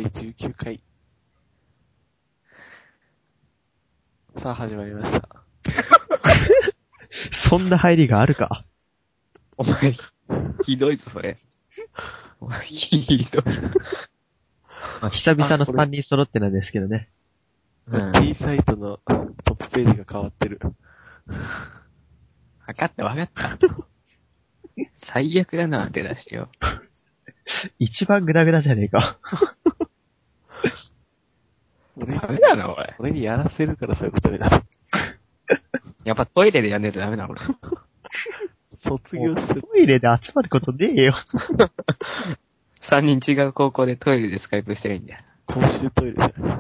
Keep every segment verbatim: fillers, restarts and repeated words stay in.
だいじゅうきゅうかい。さあ始まりました。 そんな入りがあるか。 お前、ひどいぞ、それ。お前、ひどい。 まあ、久々のさんにん揃ってなんですけどね。 うん。 T サイトのトップページが変わってる。 わかったわかった。最悪だな、手出しよ。 一番グダグダじゃねえか。 俺ダメだな、俺。 俺にやらせるからそういうことになる。 やっぱトイレでやんねえとダメだ、俺。 卒業してる。 トイレで集まることねえよ。 三人違う高校でトイレでスカイプしてるんだよ。 公衆トイレじゃない。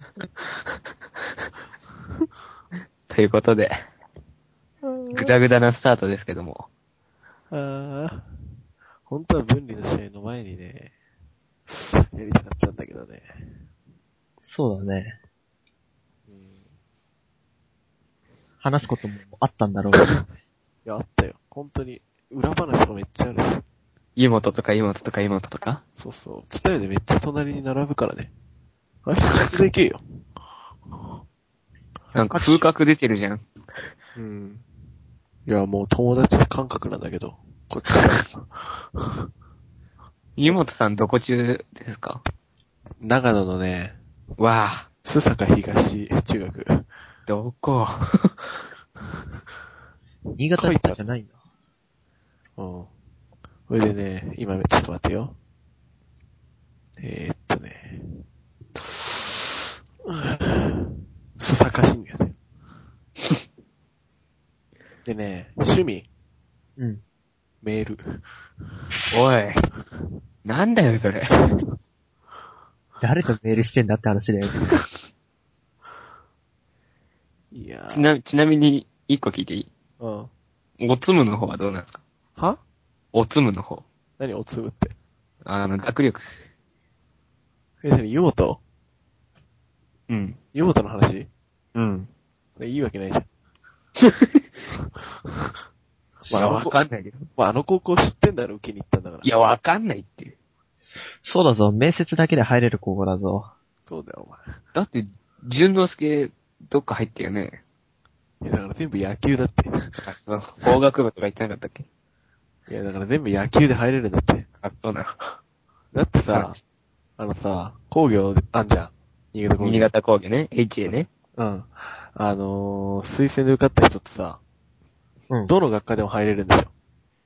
ということで、ぐだぐだなスタートですけども。 あー、本当は分離の試合の前にね、やりたかったんだけどね。 そうだね。 うん、い話すこともあったんだろうが。 や、あったよ。本当に、裏話がめっちゃあるし。 妹とか妹とか妹とか。 そうそう。伝えでめっちゃ隣に並ぶからね。あいつちゃんとでけえよ。 なんか風格出てるじゃん。 うん。いや、もう友達感覚なんだけど、こっちは。 妹さんどこ中ですか？ 長野のね、 わぁ、 須坂東中学。 どこ？ 新潟とかじゃないんだ。 うん。それでね、今、ちょっと待ってよ。えー、っとね、須坂信也ね。でね、趣味、 うん。 メール。おい。なんだよ、それ。 誰とメールしてんだって話だよ。 いやー。 ちな、ちなみに、一個聞いていい？ うん。 おつむの方はどうなんですか？ はおつむの方。 何おつぶって。 あの、学力。 え、何湯本うん。 湯本の話うん。 いいわけないじゃん。 まあ、わかんないけど。 まあ、あの高校知ってんだろ、受けに行ったんだから。 いや、わかんないっていう。 そうだぞ、面接だけで入れる高校だぞ。 そうだよ、お前。 だって、淳之介、どっか入ったよね。 いや、だから全部野球だって。 あ、そう。工学部とか言ってなかったっけ？ いや、だから全部野球で入れるんだって。 あ、そうなの。 だってさ、あのさ、工業あんじゃん。新潟工業。 新潟工業ね。エイチエー ね。 うん。あのー、推薦で受かった人ってさ、 うん。 どの学科でも入れるんですよ。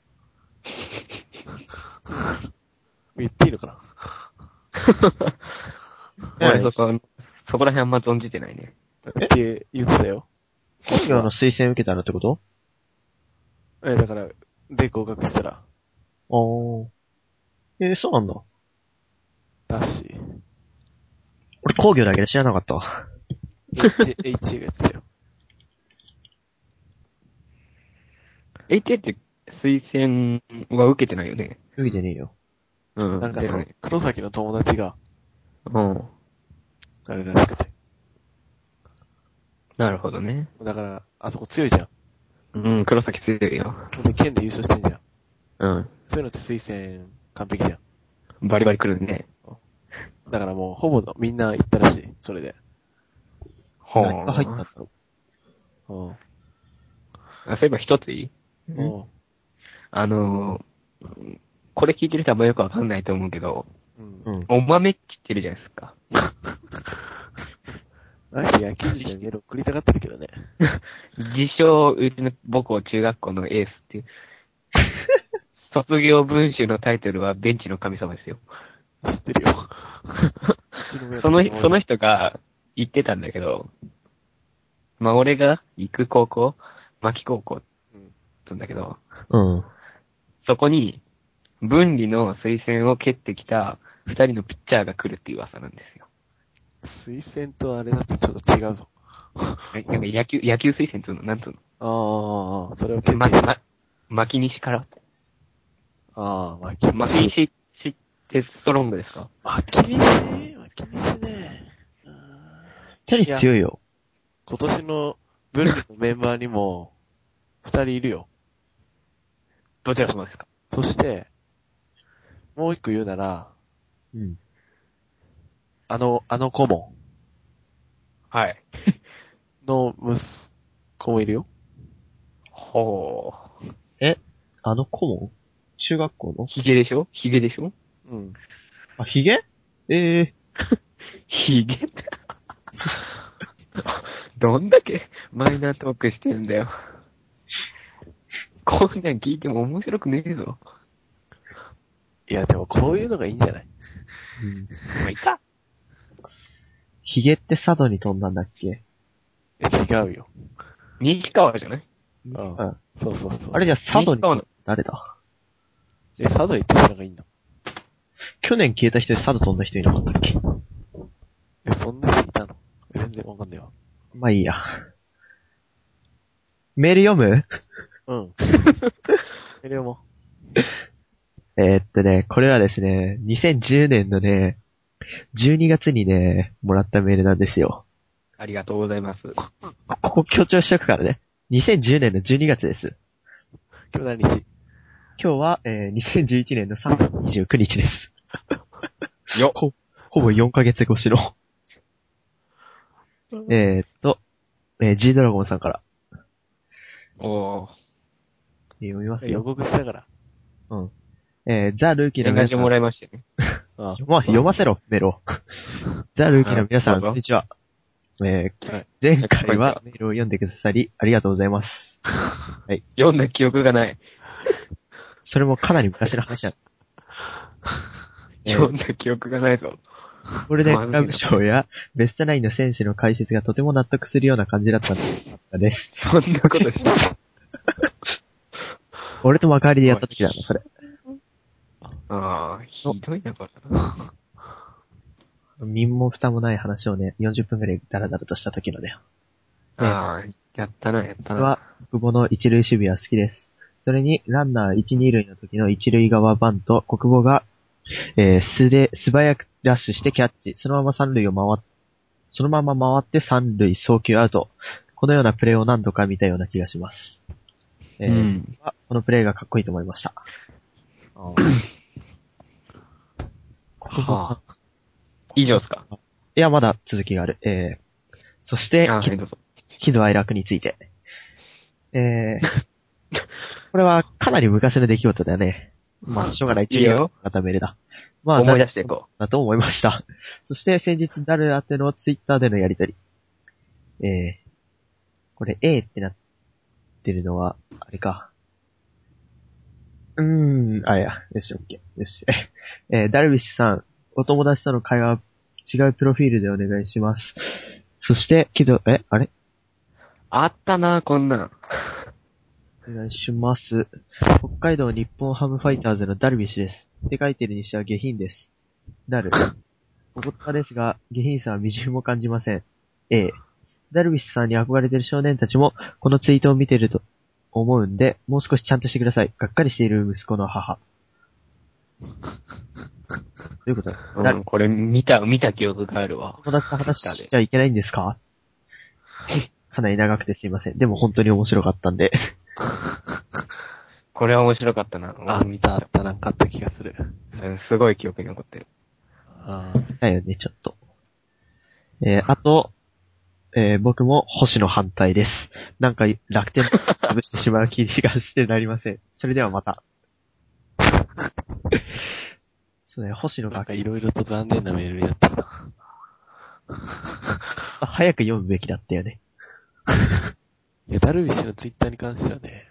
言っていいのかな俺そこ、そこら辺あんま存じてないね。 って言ってたよ。 工業の推薦受けたらってこと？ え、だから、で合格したら、 おー。えー、そうなんだ。 らしい。 俺工業だけで知らなかったわ。 H、エイチエー がやってたよ。 エイチエー って推薦は受けてないよね。 受けてねえよ。 うん。 なんかそのね、 黒崎の友達が、 うん。 あれらしくて。 なるほどね。 だから、あそこ強いじゃん。 うん、黒崎ついてるよ。 で、県で優勝してんじゃん。 うん。 そういうのって推薦完璧じゃん。 バリバリ来るね。 だからもう、ほぼのみんな行ったらしい。それで。 ほ何が入ったんだろうん。 あ、そういえば一ついい？ うん。 あのー、これ聞いてる人はあんまよくわかんないと思うけど、 うんう。うん。 お豆って言ってるじゃないですか。 あの人野球人にメール送りたがってるけどね。 自称、うちの母校中学校のエースっていう。卒業文集のタイトルはベンチの神様ですよ。 知ってるよ。 その、その人が言ってたんだけど、まあ俺が行く高校、牧高校って言うんだけど、 うん。 そこに分離の推薦を蹴ってきた二人のピッチャーが来るっていう噂なんですよ。 推薦とあれだとちょっと違うぞ。 なんか野球、野球推薦っていうの、なんつうああ、それをの決定ま、ま、牧西から。 ああ、巻き牧西ってストロングですか？ 巻き西巻き西ね。 チャリ強いよ。 今年の分離のメンバーにも、二人いるよ。 どちら様ですか？ そして、もう一個言うなら、 うん。 あの、あの顧問はい。 の息子もいるよ。 ほう。 え、あの顧問中学校のヒゲでしょヒゲでしょうん。 あ、ヒゲええヒゲどんだけマイナートークしてんだよ。こんなん聞いても面白くねえぞ。 いや、でもこういうのがいいんじゃない？ ー。うん。 まあ、いいか。 ヒゲって佐渡に飛んだんだっけ？ え、違うよ。 西川じゃないうん。 うん。 そうそうそう。 あれじゃあ佐渡に西川の。 誰だ？ え、佐渡行った人がいいんだ。 去年消えた人で佐渡飛んだ人いなかったっけ？ え、そんな人いたの？全然わかんないわ。 まあいいや。メール読む？ うん。え、でも。 えーっとね、これはですね、にせんじゅうねんのね、じゅうにがつにね、もらったメールなんですよ。 ありがとうございます。 ここ強調しとくからね。にせんじゅうねんのじゅうにがつです。 今日何日？ 今日は、えー、にせんじゅういちねんのさんがつにじゅうくにちです。 よっ。 ほ、ほぼよんかげつ越しの。えーっと、えー、G ドラゴンさんから。 おー。 読みますよ。 予告したから。 うん。えー、ザ・ルーキーの皆さん。 年賀状もらいましたよね。 ああ読ま、読ませろ、メロ。ザ・ルーキーの皆さん、 あどうぞこんにちは。えーはい前回はメールを読んでくださり、ありがとうございます。 読んだ記憶がない。 それもかなり昔の話だ。えー読んだ記憶がないぞ。 ゴールデンクラブ賞やベストナインの選手の解説がとても納得するような感じだったんです。 そんなことしない。 俺と幕張でやった時だな、それ。 ああ、ひどいな、これな。 身も蓋もない話をね、よんじゅっぷんくらいダラダラとした時のね。 ああ、やったな、やったな。 僕は、国母の一塁守備は好きです。それに、ランナーいち、に塁の時の一塁側バント、国母が、えー、素で素早くダッシュしてキャッチ、そのまま三塁を回っ、そのまま回って三塁送球アウト。このようなプレーを何度か見たような気がします。えーうんこのプレーがかっこいいと思いました。国母はあ。 以上ですか？ いや、まだ続きがある。えー、そして、 ああ、はい、どうぞ。 喜怒哀楽について。えー、これはかなり昔の出来事だよね。まあ、しょうがない。 いいよ。 またメールだ。まあ、 思い出していこだと思いました。そして先日、誰宛てのツイッターでのやりとり。えー、これ A ってなってるのは、あれか。うーん、あ、いや、よし、オッケー。よし。えー、ダルビッシュさん、お友達との会話、違うプロフィールでお願いします。そして、けど、え、あれう。あったな、こんなん。 お願いします。北海道日本ハムファイターズのダルビッシュです。って書いてるにしては下品です。ダル。お言葉ですが、下品さは微塵も感じません。A。ダルビッシュさんに憧れてる少年たちも、このツイートを見てると思うんで、もう少しちゃんとしてください。がっかりしている息子の母。どういうことだ、 うダん、これ見た、見た記憶があるわ。 友達と話しちゃいけないんですか？かなり長くてすいません。でも本当に面白かったんで。 これは面白かったな。 あったあった、なんかあった気がする。 うんすごい記憶に残ってる。 あだよね、ちょっと。えー、あと、えー、僕も星野反対です。なんか楽天をぶしてしまう気がしてなりません。それではまた。そうね、星野あ。なんがかいろいろと残念なメールやったな。 早く読むべきだったよね。 いや、ダルビッシュのツイッターに関してはね、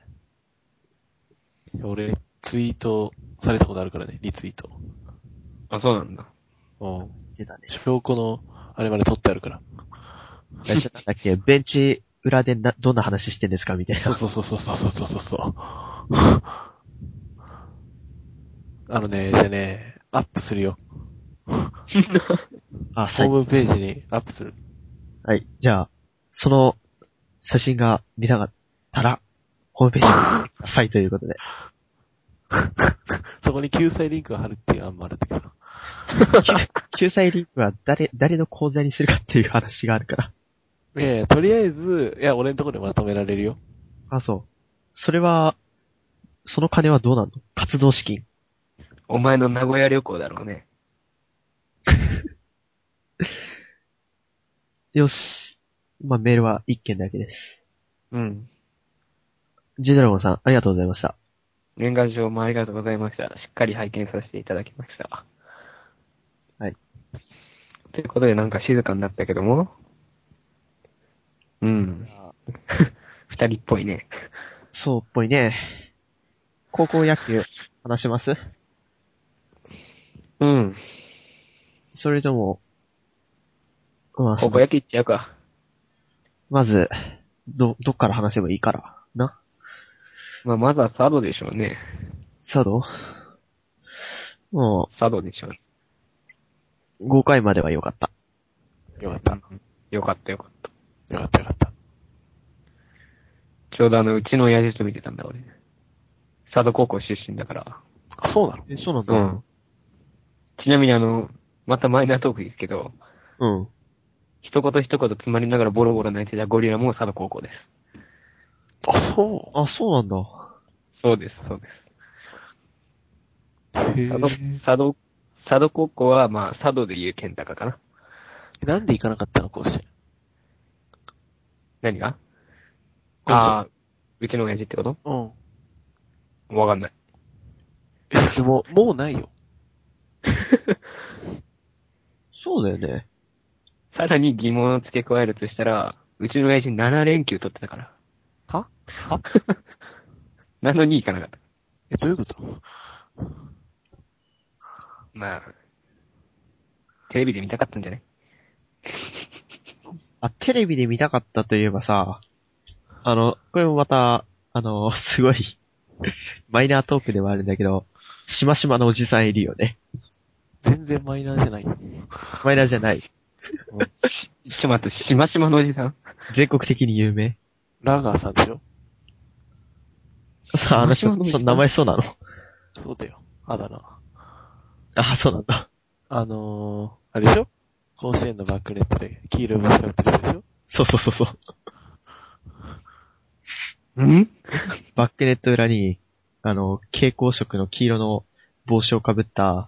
俺、ツイートされたことあるからね、リツイート。 あ、そうなんだ。 うん。 出たね。 証拠の、あれまで撮ってあるから。 最初なんだっけ、ベンチ裏でな、どんな話してんですかみたいな。 そうそうそうそうそうそうそうそう。あのね、じゃあね、アップするよ。 あ、 ホームページにアップする。 はい。じゃあ、その写真が見たかったら、ホームページに見てくださいということで。 そこに救済リンクが貼るっていう案もあるんだけど。 救済リンクは誰、誰の口座にするかっていう話があるから。 いやいや、とりあえず、いや、俺のところでまとめられるよ。 あ、そう。それは、その金はどうなの？活動資金。 お前の名古屋旅行だろうね。 よし。まあ、メールは一件だけです。 うん。 ジドラゴンさん、ありがとうございました。 年賀状もありがとうございました。しっかり拝見させていただきました。 はい。 ということでなんか静かになったけども。うん。二人っぽいね。 そうっぽいね。高校野球、話します？ うん。 それとも、まあ、 高校野球行っちゃうか。 まず、ど、どっから話せばいいからな。 まあ、まずは佐渡でしょうね。 佐渡も佐渡でしょうね。 う、ごかいまでは良かった。 よかった。 うん、よかったよかった。 よかったよかった。 ちょうどあの、うちの親父と見てたんだ、俺。佐渡高校出身だから。 あ、そうなの？ え、そうなんだ。 うん。ちなみにあの、またマイナートークですけど、 うん。 一言一言詰まりながらボロボロ泣いてたゴリラも佐渡高校です。 あ、そあ、そうなんだ。 そうです、そうです。 う。へ佐渡、 ぇ佐渡、佐渡高校はまあ、佐渡でいう県高かな。 なんで行かなかったの甲子園。 何が？ 甲子園。 ああ、うちの親父ってことうん。 わかんない。 え、でも、もうないよ。 そうだよね。 さらに疑問を付け加えるとしたら、うちの親父なな連休取ってたから。 ははなのに行かなかった。 え、どういうこと？ まあ、テレビで見たかったんじゃない？ あ、テレビで見たかったといえばさ、あの、これもまた、あの、すごい、マイナートークではあるんだけど、しましまのおじさんいるよね。 全然マイナーじゃないよ。 マイナーじゃない。 うん、ちょっと待って、しましまのおじさん？ 全国的に有名。 ラガーさんでしょ？ さあ、あの人、その名前そうなの？ そうだよ。あだ名。 あ、そうなんだ。 あのー、あれでしょ？甲子園のバックネットで黄色いバスかぶってる人でしょ？ そうそうそうそう。 んバックネット裏に、あの、蛍光色の黄色の帽子をかぶった、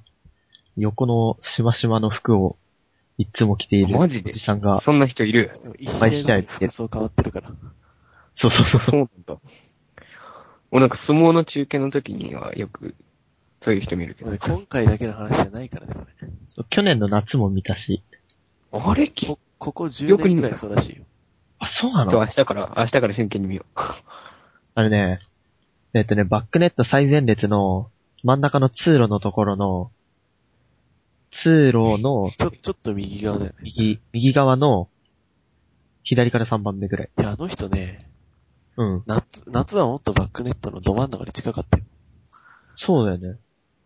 横のしましまの服をいつも着ているマジでおじさんが、 そんな人いる？ 一試合ごとに服装変わってるから。 そうそうそう。 そうなんだ。俺なんか相撲の中継の時にはよく、そういう人見るけど。 今回だけの話じゃないからね、それ。 そう去年の夏も見たし。 あれこ、ここじゅうねんくらいそうらしいよ。 あ、そうな今の？ 日明日から、明日から真剣に見よう。 あれね、えっとね、バックネット最前列の真ん中の通路のところの、通路のちょ、ちょっと右側だよね。 右、右側の左からさんばんめぐらい。 いや、あの人ね、 うん。 夏、夏はもっとバックネットのど真ん中に近かったよ。 そうだよね。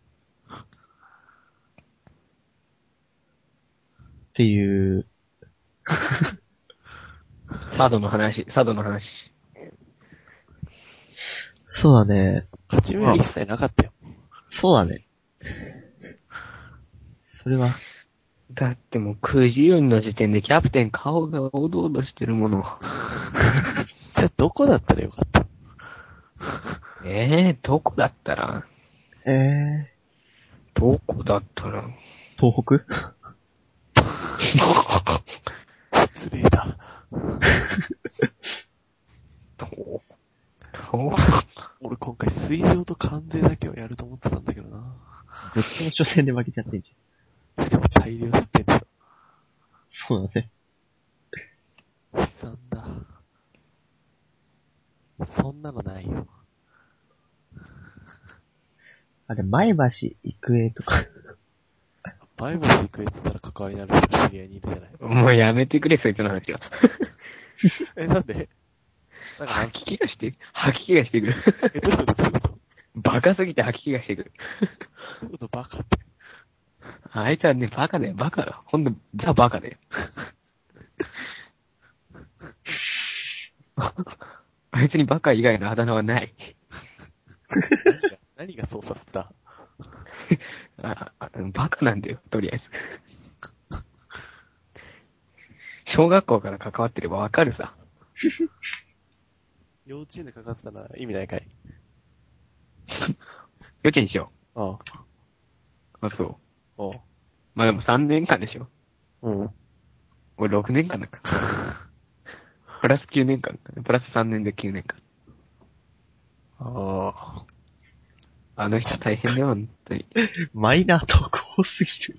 っていう。 佐渡の話、佐渡の話。 そうだね。 勝ち目は一切なかったよ。 そうだね。それは。 だってもうくじよんの時点でキャプテン顔がおどおどしてるもの。 じゃあどこだったらよかった？ ええー、どこだったらええー、どこだったら東北失礼だ。 どう俺今回水上と関税だけをやると思ってたんだけどな。 どっちも初戦で負けちゃってんじしかも大量失点でしょ。 ゃん。そうだね。 悲惨だ。そんなのないよ。 あれ、前橋育英とか。 前橋行くやつったら関わりのある人知り合いにいるじゃない。 もうやめてくれ、そいつの話は。 え、なんで？なんか吐き気がして、吐き気がしてくる。 え、どういうことどういうことバカすぎて吐き気がしてくる。 どういうことバカって。 あいつはね、バカだよ、バカだ。ほんと、ザバカだよ。あいつにバカ以外のあだ名はない。 何がそうさせた？ ああバカなんだよ、とりあえず。小学校から関わってればわかるさ。 幼稚園でかかってたら意味ないかい？ 幼稚園にしよあう。あ、そう。 あ。ああ。 まあでもさんねんかんでしょ。 うん。 俺ろくねんかんだから。プラスきゅうねんかん。プラスさんねんできゅうねんかん。 ああ。 あの人大変だよ、本当に。 マイナートーク多すぎる。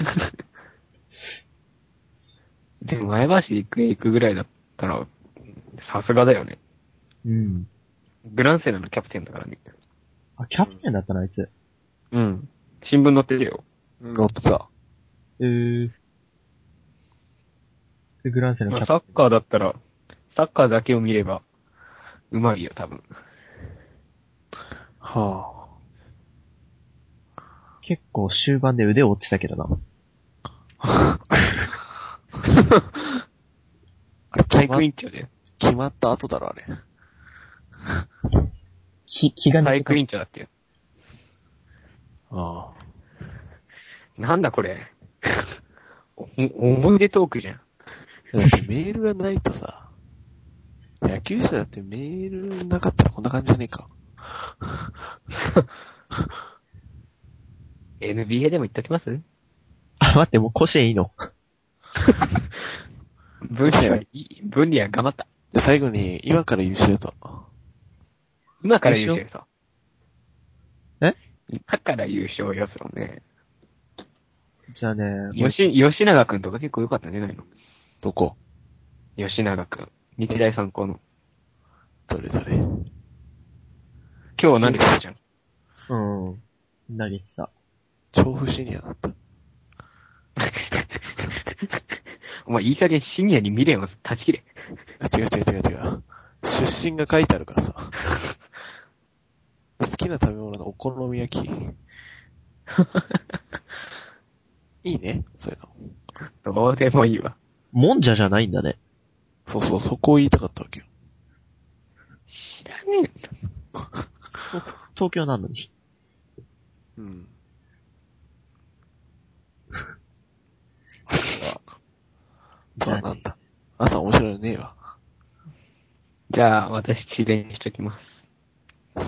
でも前橋行く行くぐらいだったら、さすがだよね。 うん。 グランセラのキャプテンだからね。 あ、キャプテンだったのあいつ。 うん。新聞載ってるよ。 乗ってた。 えー。で、グランセのキャプテン。 まあ、サッカーだったら、サッカーだけを見れば、うまいよ、多分。 はあ。結構終盤で腕を折ってたけどな。 あれ、体育委員長で。 決まった後だろ、あれ。 気、気が抜けた。 体育委員長だってよ。 ああ。なんだこれ。お思い出トークじゃん。 だってメールがないとさ、野球者だってメールなかったらこんな感じじゃねえか。 エヌビーエー でも言っときます？ あ、待って、もう甲子園いいの？ 分離は、分離は頑張った。 で、最後に、今から優勝と。 今から優勝さ。 え？ 今から優勝よ、そのね。 じゃあね、 吉、吉永くんとか結構良かったんじゃないの？ どこ？ 吉永くん。日大三高の。 どれどれ。 今日投げてたじゃん。 うん。投げてた。 調布シニアだった。 お前いい加減シニアに未練を断ち切れ。 違う違う違う違う。出身が書いてあるからさ。好きな食べ物のお好み焼き。いいね、そういうの。どうでもいいわ。 もんじゃじゃないんだね。 そうそう、そこを言いたかったわけよ。 知らねえんだ。 東京なのに。 うん。あとはなんだ。あとは面白いのねえわ。 じゃあ、私、自然にしときます。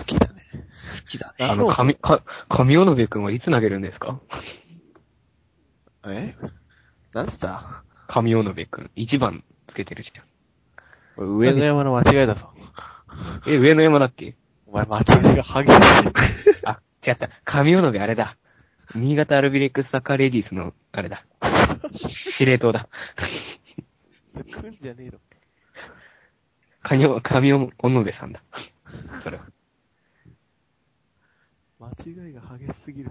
好きだね。 好きだね。あの、神、か、神尾野くんはいつ投げるんですか？ え？なんつった？ 神尾野くん。一番つけてるじゃん。上野山の間違いだぞ。 え、上野山だっけ？ お前間違いが激しい。 あ、違った。神尾野あれだ。新潟アルビレックスサッカーレディースの、あれだ。司令塔だ。 来んじゃねえの。 神尾、神尾野さんだ。それは。 間違いが激しすぎる。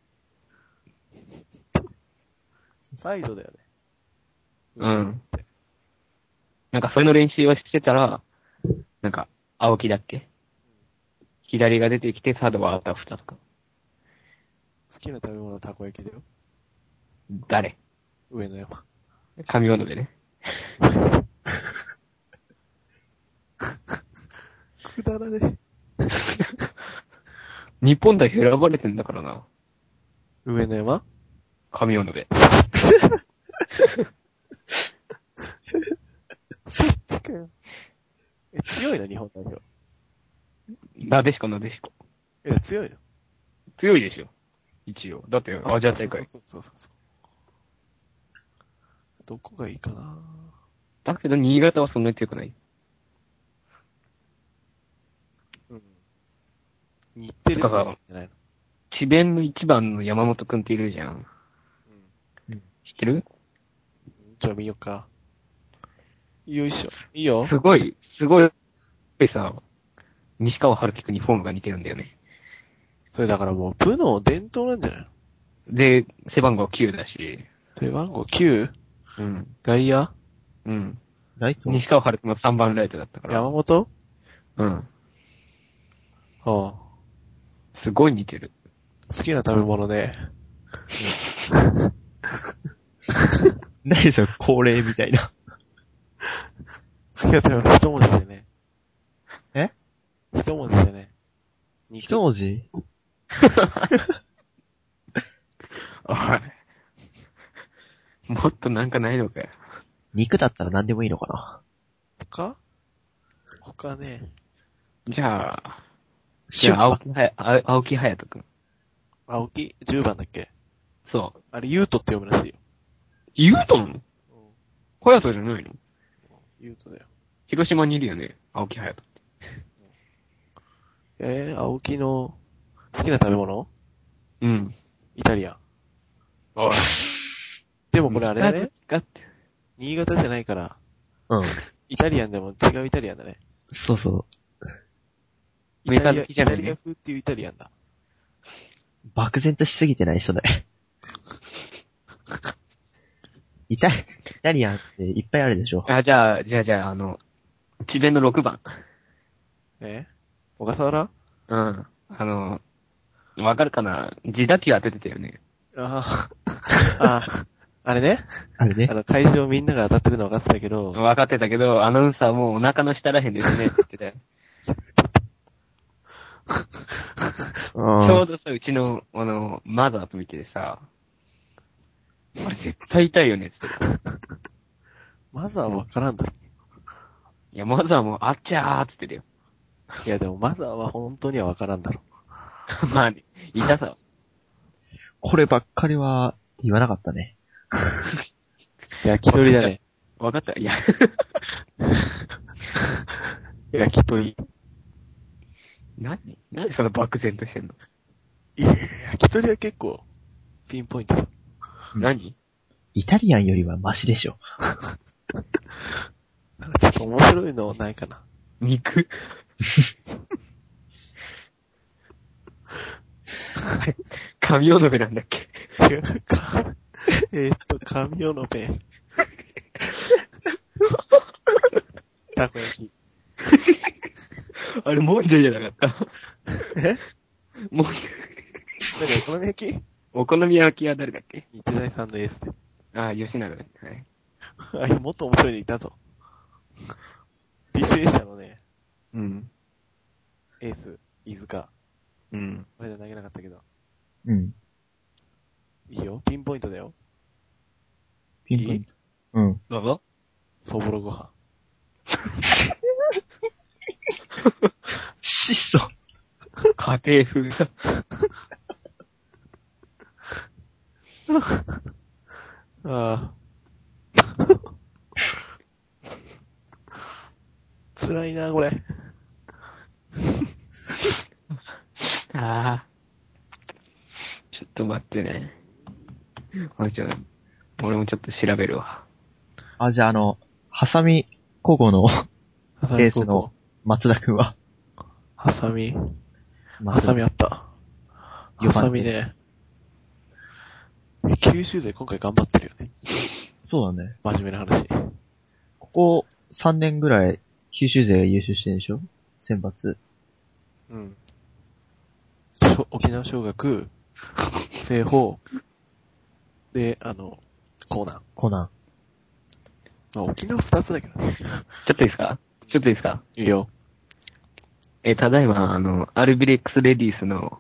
サイドだよね。 うん。なんかそれの練習をしてたら、なんか、青木だっけ？左が出てきて、サードはあたふたとか。 好きな食べ物はたこ焼きだよ。 誰？ 上野山。 神尾野でね。 くだらねえ。 日本代表選ばれてんだからな。 上野山？ 神尾野で。 そっちかよ。え、強いの日本代表。 なでしこなでしこ。 え、強いの？ 強いでしょ。一応。だってアジア大会。 そうそうそうそう。どこがいいかな。 だけど新潟はそんなに強くない。 うん。日テレとかじゃないの？ 智弁の一番の山本くんっているじゃん。うん。知ってる？ じゃあ見ようか。よいしょ。いいよ。 すごい、すごいさ、西川春樹くんにフォームが似てるんだよね。 それだからもう部の伝統なんじゃないの？ で、背番号きゅうだし。 背番号 きゅう？ うん。 外野？ うん。 ライト？ 西川春樹もさんばんライトだったから。 山本？ うん。 はあ。 すごい似てる。 好きな食べ物ね。 何それ、恒例みたいな。 好きな食べ物一文字でね。 え？ 一文字でね。 一文字？ おい。もっとなんかないのかよ。 肉だったら何でもいいのかな。 他？他ね。 じゃあ、じゃあ、青木はや、青木隼人くん。 青木？ じゅう 番だっけ？ そう。 あれ、ユートって読むらしいよ。 ユートン？ 隼人じゃないの？ ゆうとだよ。 広島にいるよね、青木隼人って。 えー、青木の好きな食べ物？ うん。 イタリアン。 おい。 でもこれあれだね。 新潟って。 新潟じゃないから。 うん。 イタリアンでも違うイタリアンだね。 そうそう。 イタリア、イタリア風っていうイタリアンだ。 漠然としすぎてないそれ。イタ、イタリアンっていっぱいあるでしょ。 あ、じゃあ、じゃあ、じゃあ、あの、智弁のろくばん。 え？小笠原？ うん。あの、わかるかな？自打球当ててたよね。 ああ。ああ。あれね。 あれね。 あの、会場みんなが当たってるの分かってたけど。 分かってたけど、アナウンサーもお腹の下らへんですねって言ってたよ。ちょうどさ、うちの、あの、マザーと見てさ、あれ絶対痛いよねって言ってた。 マザーは分からんだろ。 いや、マザーもあっちゃーって言ってたよ。 いや、でもマザーは本当には分からんだろ。 まあ、ね、痛さ。 こればっかりは言わなかったね。 焼き鳥だね。 分かった。いや。 焼き鳥。 何何その漠然としてんの？ いや、焼き鳥は結構、ピンポイントだ。 何？ イタリアンよりはマシでしょ。 なんかちょっと面白いのないかな。 肉あれ、神尾延なんだっけ？ 違うか。えーっと、神尾延。たこ焼き。 あれ、もんじゃじゃなかった。 え？ もんじゃ。何、お好み焼き？ お好み焼きは誰だっけ？ 日大さんのエースで。 ああ、吉永だね。はい。 あ、もっと面白いのいたぞ。履正社のね、 うん。 エース、飯塚。 うん。 これで投げなかったけど。 うん。 いいよ。ピンポイントだよ。 ピンポイント。うん。 どうぞ。 そぼろご飯。 質素。 家庭風だ。 ああ。辛いな、これ。 ああ。ちょっと待ってね。俺ちょ、俺もちょっと調べるわ。 あ、じゃああの、ハサミ高校のエースの松田くんはハサミ。ハサミあった。ハサミね。九州勢今回頑張ってるよね。 そうだね。 真面目な話。 ここさんねんぐらい九州勢が優勝してるでしょ？選抜。 うん。沖縄尚学、西方、で、あの、コーナー。 コナン。 まあ、沖縄二つだけどね。 ちょっといいですか？ちょっといいですか？ いいよ。 え、ただいま、あの、アルビレックスレディースの、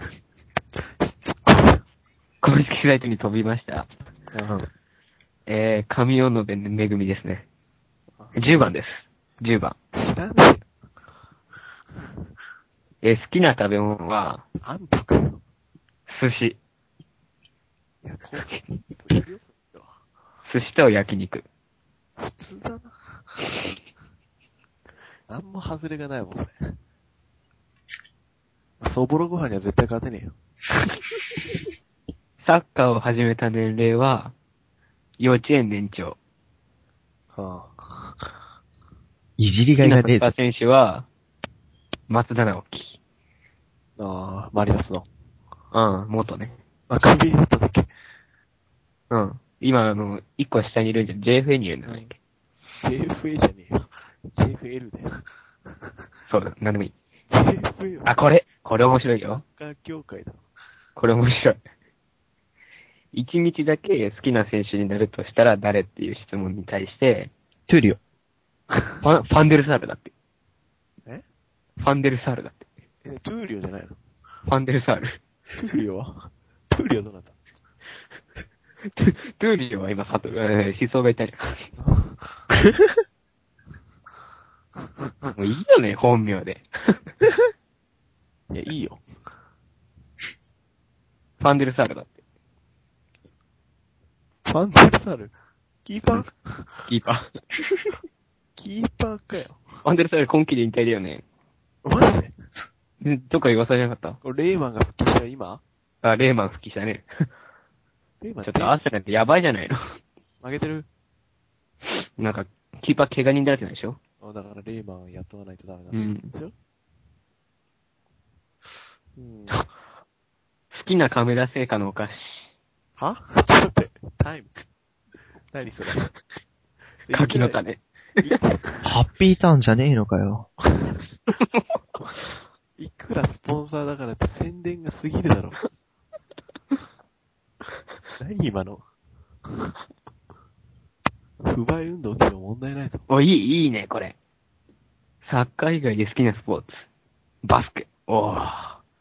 公式サイトに飛びました。 うん。 えー、神尾延めぐみですね。じゅうばんです。じゅうばん。 知らんねえー、好きな食べ物は、 あんたかよ。 寿司。 いや、こう、 寿司と焼肉。 普通だな。なんも外れがないもん、これ。そぼろご飯には絶対勝てねえよ。 サッカーを始めた年齢は、幼稚園年長。 はあ。 いじりがいがねえぞ。 好きなサッカー選手は、松田直樹。 ああ、マリノスの。 うん、元ね。 あ、クビだったんだっけ？ うん。今、あの、一個下にいるんじゃん。ジェイエフエー にいるんだっけ？ ジェイエフエー じゃねえよ。ジェイエフエル だよ。 そうだ、なんでもいい。 ジェイエフエー はあ、これこれ面白いよ。 サッカー協会だ。 これ面白い。一日だけ好きな選手になるとしたら誰っていう質問に対して、 トゥーリオ。 ファン、ファンデルサールだって。 え？ ファンデルサールだって。 え、トゥーリオじゃないの？ ファンデルサール。 トゥーリオはトゥーリオどうなったトゥ、トゥーリオは今、さと、えー、思想が痛い。もういいよね、本名で。 いや、いいよ。 ファンデルサールだって。 ファンデルサール、 キーパーキーパー。 キーパーかよ。 アンデルサイル今季で引退だよね。 マジでんとか言わされなかったこれレーマンが復帰したら今あ、レーマン復帰したね。 レーマンちょっとアーセナルってやばいじゃないの。 負けてるなんか、キーパー怪我人だらけなんでしょ？ あ、だからレーマン雇わないとダメなんうんでしょ、うん、 好きな亀田製菓のお菓子。 はちょっと待って、タイム。何それ。 柿の種。 ハッピーターンじゃねえのかよ。 いくらスポンサーだからって宣伝が過ぎるだろ。何今の。不買運動起きても問題ないぞ。 お、いい、いいね、これ。サッカー以外で好きなスポーツ。バスケ。おー。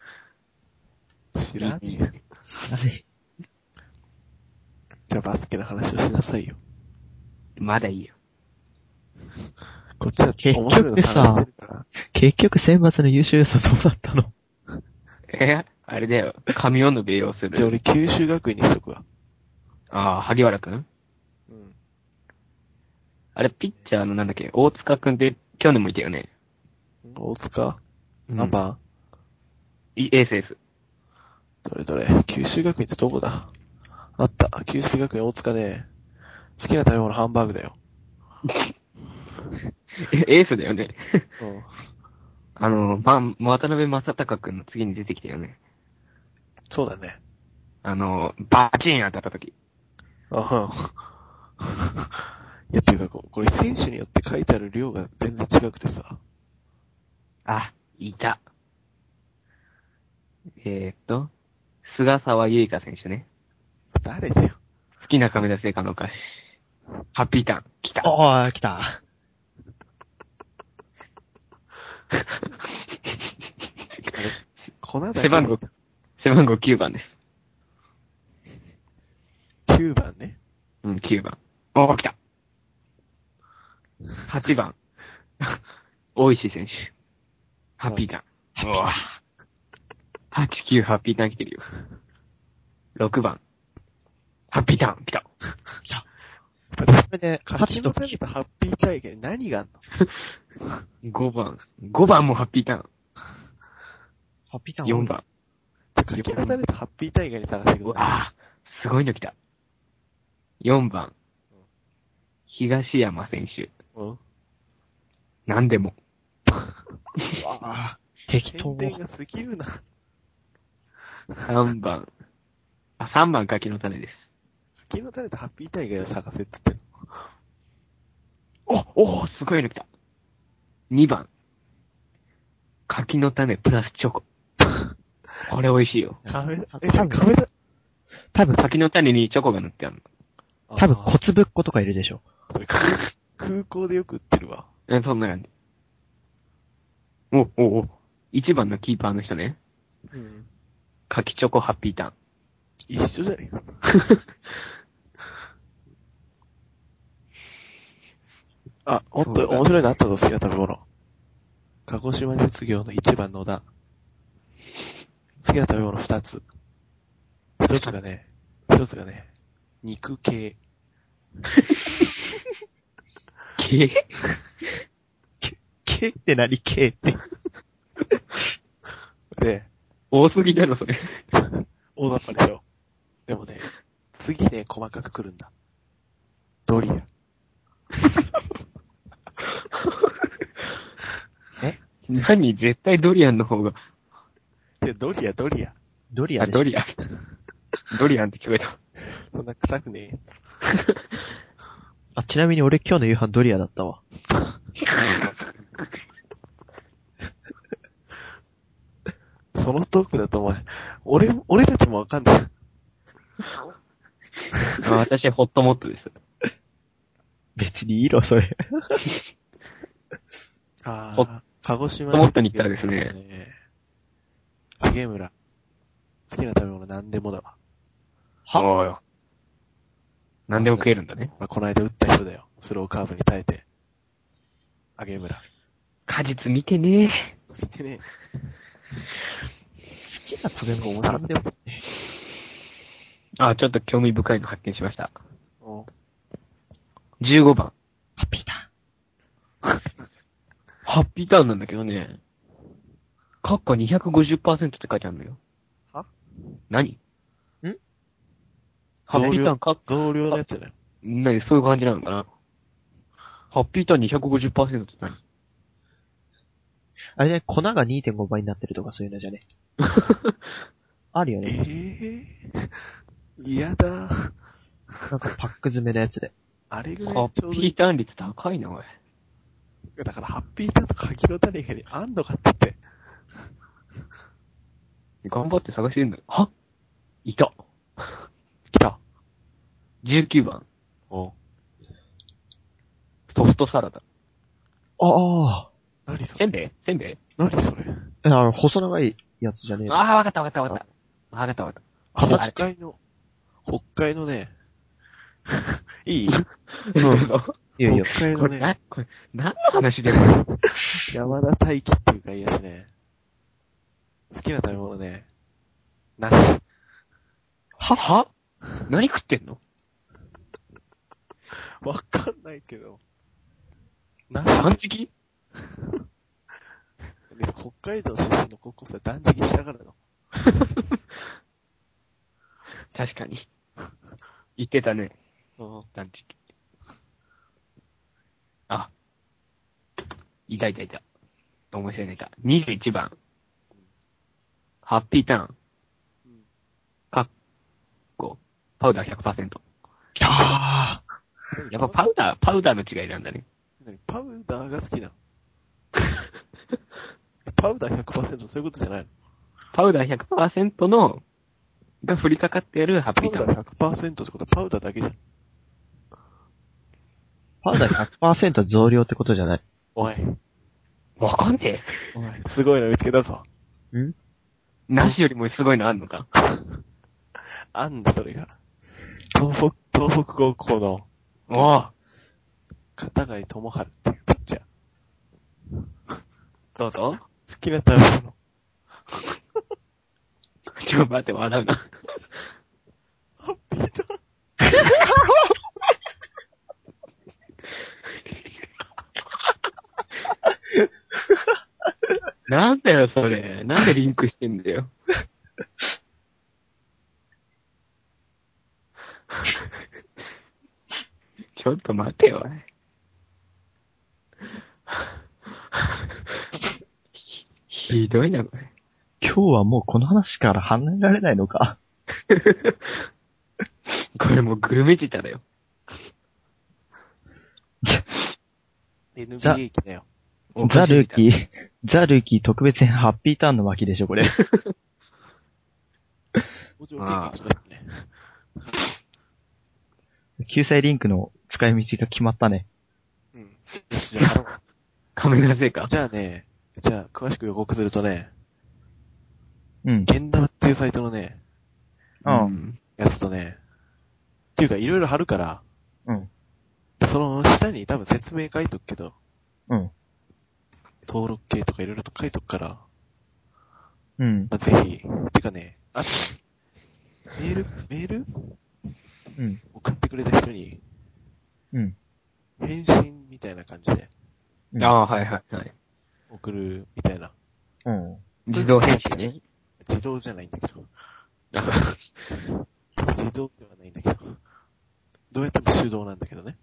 知らねえよ。 知らねじゃあバスケの話をしなさいよ。 まだいいよ。 こっちは面白いの探してるから。 結局選抜の優秀さどうだったの？ えあれだよ。神尾の米をする。 じゃあ俺九州学院にしとくわ。 ああ、萩原くん？ うん。 あれ、ピッチャーのなんだっけ、大塚くんって去年もいたよね。 大塚うん何番いエースエース。 どれどれ九州学院ってどこだあった。九州学院大塚で、好きな食べ物ハンバーグだよ。 エースだよね。 うん。 あの、ま、渡辺正隆くんの次に出てきたよね。 そうだね。 あの、バチーン当たった時。 ああ。いや、っていうかこ、これ選手によって書いてある量が全然違くてさ。 あ、いた。えー、っと、菅沢優香選手ね。 誰だよ。 好きな亀田製菓のお菓子。ハッピーターン。来た。 おー、来た。 粉だけ背番号、背番号きゅうばんです。 きゅうばんね。 うん、きゅうばん。おー、来た。はちばん。大石選手。ハッピーターン。うわはち、きゅうハッピーターン来てるよ。ろくばん。ハッピーターン来た。 来た。 それで、 はちときゅうとハッピーターン何があんのごばん。ごばんもハッピーターン。 ハッピーターンよんばん。 柿の種とハッピーターン以外に探してくうださい。 わぁ、すごいの来た。よんばん。東山選手。 うん。 なんでも。 あー、適当。 宣伝が過ぎるな。 さんばん。あ、さんばん柿の種です。 柿の種とハッピーターン以外を探せって言ってんお、おー、すごいの来た。にばん。柿の種プラスチョコ。これ美味しいよ。 の。カメラ、え、 多分カメラ、 多分、 柿の種にチョコが塗ってあるの。 多分、小粒っ子とかいるでしょ。 それ空、空港でよく売ってるわ。 え、そんな感じ。お、お、お。いちばんのキーパーの人ね。 うん。 柿チョコハッピーターン。 一緒じゃねえか。あ、もっと面白いのあったぞ、好きな食べ物。鹿児島実業のいちばん野田。好きな食べ物ふたつ。ひとつがね、ひとつがね、肉系。 系 K って何 K って。 で、 多すぎだろ、それ。 大雑把でしょ。でもね、次ね、細かく来るんだ。ドリア。 え何絶対ドリアンの方が。 で、ドリア、ドリア。 あ、 ドリアでしょ。 ドリアン。ドリアンって聞こえた。 そんな臭くねえ。 あ、ちなみに俺今日の夕飯ドリアだったわ。 そのトークだとお前、俺、俺たちもわかんない。 あ、私、ホットモットです。 別にいいろ、それ。 ああ、鹿児島ホットモットに行ったらですね。 揚げ村。好きな食べ物なんでもだわ。 はおーよ。何でも食えるんだね。 まあ、この間打った人だよ。スローカーブに耐えて。揚げ村。 果実見てね見てね。 好きな食べ物なんでもね。 あ、ちょっと興味深いの発見しました。 おじゅうごばん。 ハッピータハッピーターンなんだけどね。カッカ にひゃくごじゅっパーセント って書いてあるのよ。 は何んハッピーターンカッカ、 増量のやつじゃない？ 何そういう感じなのかな。ハッピーターン にひゃくごじゅっパーセント って何？ あれね、粉が にてんご 倍になってるとかそういうのじゃね。あるよえね。 ぇ、ー、嫌だ。 なんかパック詰めのやつで。 あれぐらハッいちょうどいい。 ピーターン率高いな、おい。 だからハッピーターンと柿の種以外にあんのかって言って。 頑張って探してるんだよ。はいた。 来た。 じゅうきゅうばん。 おう。 ソフトサラダ。 あ何それ？ せんべいせんべい何それ？ あ。あの、細長いやつじゃねえの。 ああ、わかったわかったわかった。わかったわかっ北海の、北海のね、いい？ た。 うんどうぞいやいや。 北海のね、 これな、これ、何の話でこれ。 山田大輝っていうかいいやしね、好きな食べ物ね、なし。 はは何食ってんの？ わかんないけど。なし。 断食北海道出身の高校生断食したからの。 確かに。言ってたね。 うん。 断食。あ。いたいたいた。面白いネタ。にじゅういちばん。ハッピーターン。かっこ、パウダー ひゃくパーセント。 あやっぱパウダー、パウダーの違いなんだね。 何パウダーが好きなの？パウダー ひゃくパーセント そういうことじゃないの？ パウダー ひゃくパーセント の、が降りかかっているハッピーターン。 パウダー ひゃくパーセント ってことはパウダーだけじゃん。 パウダー ひゃくパーセント 増量ってことじゃない。 おい。 わかんねえ。 おい。すごいの見つけたぞ。 んなしよりもすごいのあんのか。 あんだ、それが。東北、東北高校のおぉ。 片貝智春っていうピッチャー。 どうぞ。 好きな食べ物。 ちょっと待って、笑うな。 ハッピーターン。 なんだよ、それ。なんでリンクしてんだよ。ちょっと待てよ、おい。ひひどいな、これ。 今日はもうこの話から離れられないのか。 これもうグルメ自体だよ。 エヌビーエー 来たよ。 ザ・ルーキー、ザ・ルーキー特別編ハッピーターンの巻でしょ、これ。 工場見学しましたね。 救済リンクの使い道が決まったね。 うん。よし、じゃあ、あのカメラせいか。 じゃあね、じゃあ、詳しく予告するとね、 うん。 ゲンダムっていうサイトのね、 うんやつとね、っていうか、いろいろ貼るから、 うん。 その下に多分説明書いとくけど、 うん。 登録系とかいろいろと書いとくから、 うん。 まあ、ぜひ、てかね、あと、メール、メールうん。 送ってくれた人に、 うん。 返信みたいな感じでうん。 ああ、はいはいはい。 送るみたいな。 うん。 自動編集ね。 自動じゃないんだけど。 あ自動ではないんだけど。どうやっても手動なんだけどね。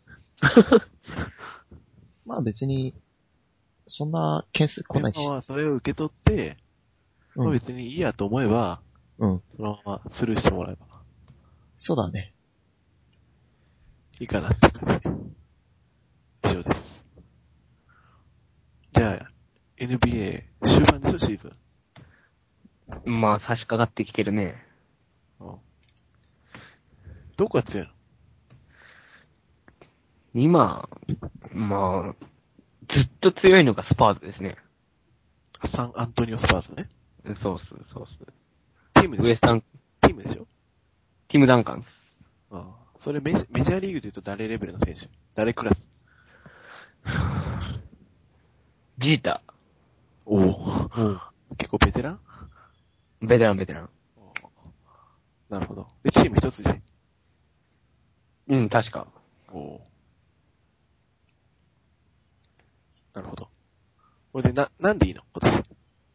まあ別に、そんな件数来ないし電。話はそれを受け取って、 うん。 別にいいやと思えば、 うん。 そのままスルーしてもらえばそうだね。 いいかなって感じ。以上です。じゃあ、エヌビーエー 終盤でしょ、シーズン。 まあ、差し掛かってきてるね。 うん。どこが強いの？ 今、まあ、ずっと強いのがスパーズですね。 サンアントニオスパーズね。 そうっす、そうっす。 ティームでしょ？ ウエスタン、 ティームでしょ？ ティム・ダンカンス。 ああ。それメジメジャーリーグで言うと誰レベルの選手？誰クラス？ ジータおお。結構ベテラン？ ー。ベテラン、ベテラン。 なるほど。で、チーム一つじゃん。 うん、確か。 おお。 なるほど。これでな、なんでいいの今年。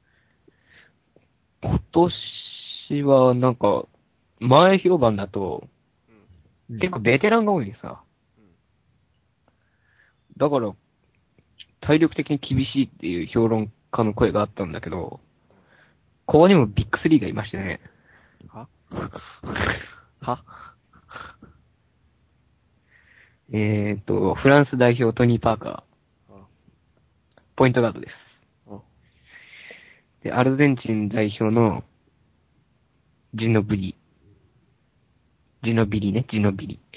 今年はなんか、前評判だと、 うん、 結構ベテランが多いさ。 うん、 だから、体力的に厳しいっていう評論家の声があったんだけど、ここにもビッグスリーがいましてね。 ははえーと、フランス代表トニー・パーカー。ポイントガードです。で、アルゼンチン代表のジノブリ。ジノビリね、ジノビリ。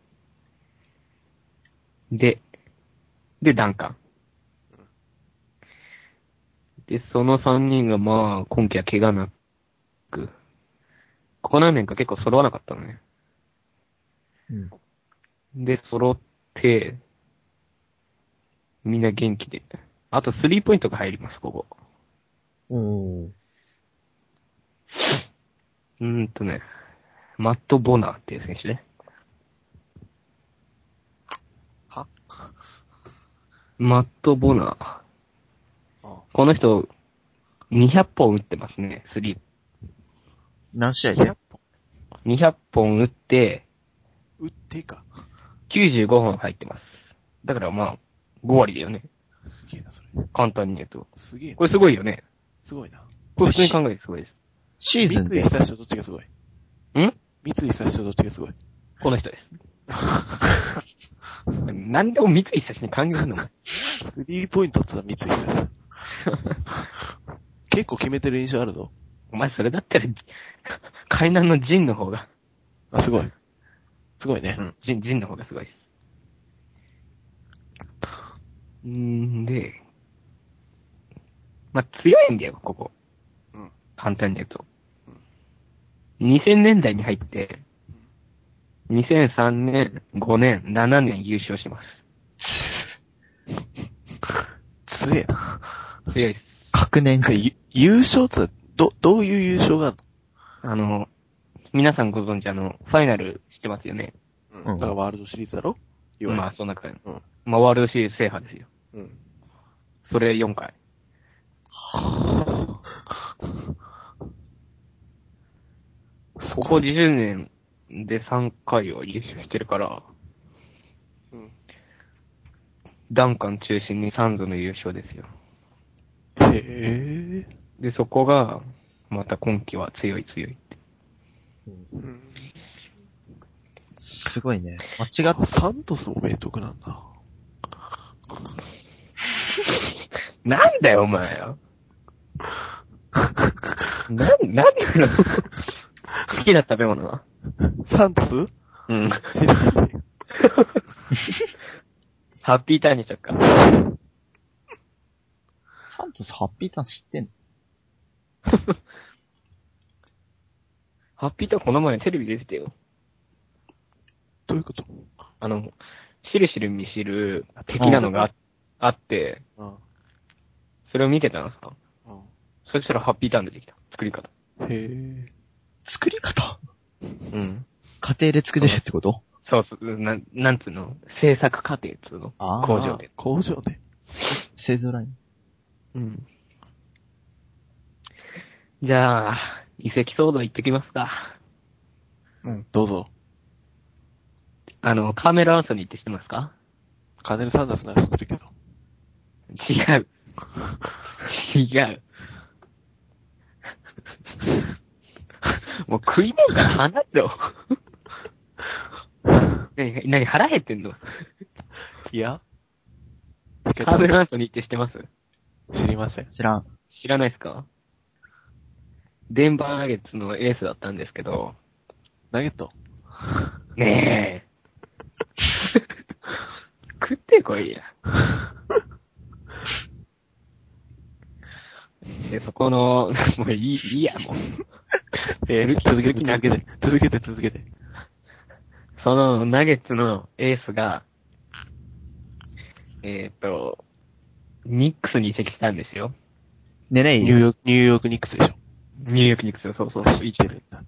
で、で、ダンカン。で、そのさんにんがまあ、今季は怪我なく、ここ何年か結構揃わなかったのね。 うん。 で、揃って、みんな元気で。あと、スリーポイントが入ります、ここ。 おー。 うーんとね、マット・ボナーっていう選手ね。 はマット・ボナー。 あこの人、にひゃっぽん打ってますね、スリー。 何試合ひゃっでぽんにひゃっぽん打って、 打ってか。 きゅうじゅうごほん入ってます。だからまあ、ご割だよね。 すげえな、それ。 簡単に言うと。 すげえな。 これすごいよね。 すごいな。 これ普通に考えてすごいです。 シーズンで三井久志とどっちがすごいん三井久志とどっちがすごいこの人です。何でも三井久志に還元するのお前。 スリーポイントって言ったら三井久志。結構決めてる印象あるぞ。 お前それだったら、海南のジンの方が。 あ、すごい。すごいね。 うん、ジン、ジンの方がすごいです。うーんで、まあ、強いんだよ、ここ。 うん。 簡単に言うと。にせんねんだいに入って、にせんさんねん、ごねん、ななねん優勝します。 強えな。 強いです。 各年。 ゆ優勝って、ど、どういう優勝があるあの、皆さんご存知あの、ファイナル知ってますよね。 のうんだからワールドシリーズだろいわゆるまあ、そんな感じ。 うん。 まあ、ワールドシリーズ制覇ですよ。 うん。 それよんかい。ここじゅうねんでさんかいは優勝してるから、 うん。 ダンカン中心にさんどの優勝ですよ。 へえ。 で、そこが、また今季は強い強いって。 うん。 すごいね。間違っあサントスも明徳なんだ。 なんだよ、お前よ。な、なんでの好きな食べ物はサントスうん。 知らない。 ハッピーターンにしよっか。 サントスハッピーターン知ってんの？ ハッピーターンこの前テレビ出てたよ。 どういうことあの、しるしるみしる的なのがああって、 うん。 それを見てたのさ。 うん。 そしたらハッピーターン出てきた。作り方。 へえ。 作り方？ うん。 家庭で作れるってこと？ そうそう、な、なんつうの制作過程っつうのあー工場で。 工場で。 製造ライン。 うん。じゃあ、遺跡騒動行ってきますか。 うん。どうぞ。 あの、カーメル・アンソニーって知ってますか？ カネル・サンダースなら知ってるけど。 違う。違う。もう食いねえから話すよ。何、何腹減ってんの？ いやカーメル・アンソニーって知ってます？ 知りません。 知らん。 知らないですか？デンバーナゲッツのエースだったんですけど、 ナゲットねえ。食ってこいや。で、そこの、もういい、いいや、もう。 えー、続けて、続けて、続けて、続けて。 そのナゲッツのエースが、えっと、ニックスに移籍したんですよ。 ねねいニューヨーク、ニューヨークニックスでしょ。 ニューヨークニックス、そうそうそう。 知ってるんだ。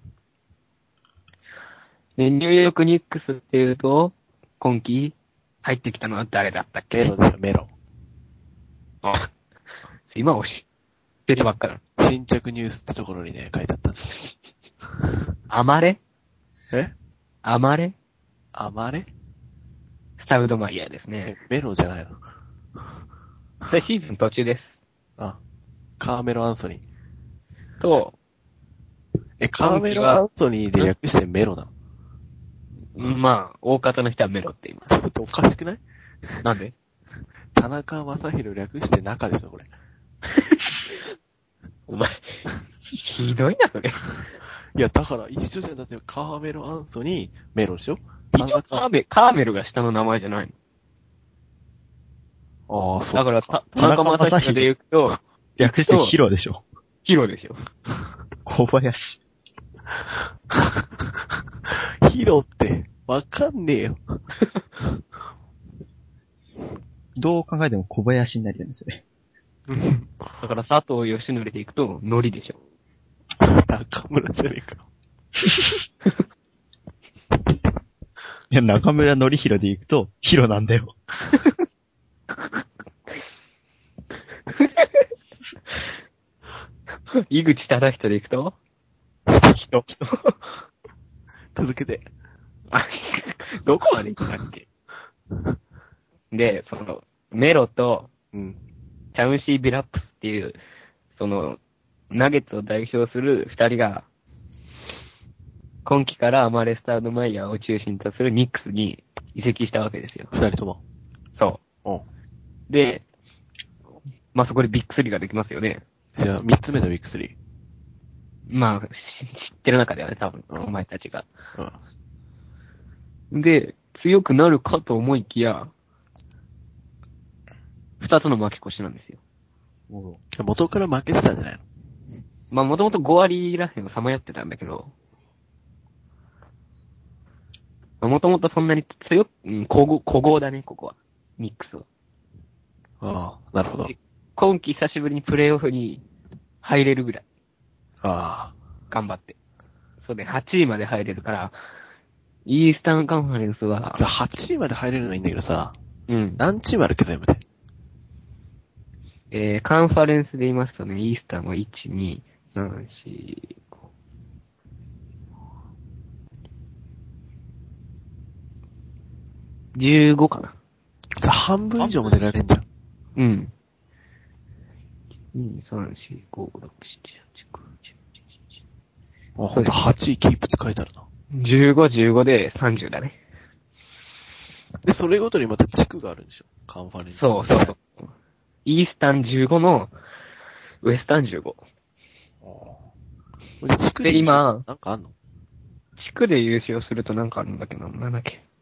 で、ニューヨークニックスっていうと、今季入ってきたのは誰だったっけ？ メロでしょ、メロ。 あ、今教えてばっかだ。 新着ニュースってところにね、書いてあったんだ。 アマレえアマレアマレスタウドマイヤーですえね。、 メロじゃないの？ それシーズン途中です。 あ、カーメロ・アンソニー。 と、 え、カーメロ・アンソニーで略してメロなの？ まあ、大方の人はメロって言いまちょっとおかしくない？ す。なんで田中正宏略して中でしょ、これ。 お前、ひどいな、それ。 いや、だから一緒じゃん。だってカーメロ・アンソニー、メロでしょ？田一応カー中。 メ、カーメルが下の名前じゃないの。 ああ、そうだから、た田中正宏で言うと、 略してヒロでしょ。 ヒロですよ。 小林。 ヒロって、わかんねえよ。 どう考えても小林になりたいんですよね。 だから佐藤義則で行くと、ノリでしょ。 中村じゃねえか。 いや、中村のりひろで行くと、ヒロなんだよ。 井口忠人で行くと、人。 続けて。 あどこまで行ったっけで、その、メロと、 うん。 チャウンシー・ビラップスっていう、その、ナゲッツを代表する二人が、今季からアマレ・スタウドマイヤーを中心とするニックスに移籍したわけですよ。 二人とも。 そおう。 う。で、まあ、そこでビッグスリーができますよね。 じゃあ、三つ目のビッグスリー。 まあ、し知ってる中ではね、多分、 うんお前たちが。 うん。 で、強くなるかと思いきや、二つの負け越しなんですよ。 元から負けてたんじゃないの？ まあ、もともとご割らへんをさまよってたんだけど、もともとそんなに強く、うん、古豪、古豪だね、ここは。ニックスは。 ああ、なるほど。 今季久しぶりにプレイオフに入れるぐらい。 ああ。 頑張って。そうで、はちいまで入れるから、イースタンカンファレンスは、 さ、はちいまで入れるのはいいんだけどさ、 うん。 何チームあるっけ全部で。 えー、カンファレンスで言いますとね、イースタンは1、に、さん、よん、ご。じゅうごかな。 さ、半分以上も出られんじゃん。 うん。に、さん、よん、ご、ろく、なな、はち、きゅう、じゅう、じゅういち。 あ、ほんとはちいキープって書いてあるな。 じゅうご、じゅうごでさんじゅうだね。 で、それごとにまた地区があるんでしょ？カンファレンス。 そうそうそう。イースタンじゅうごの、ウエスタンじゅうご。 ああ。地区でで今なんかあんの？ 地区で優勝するとなんかあるんだけど、なんだっけ。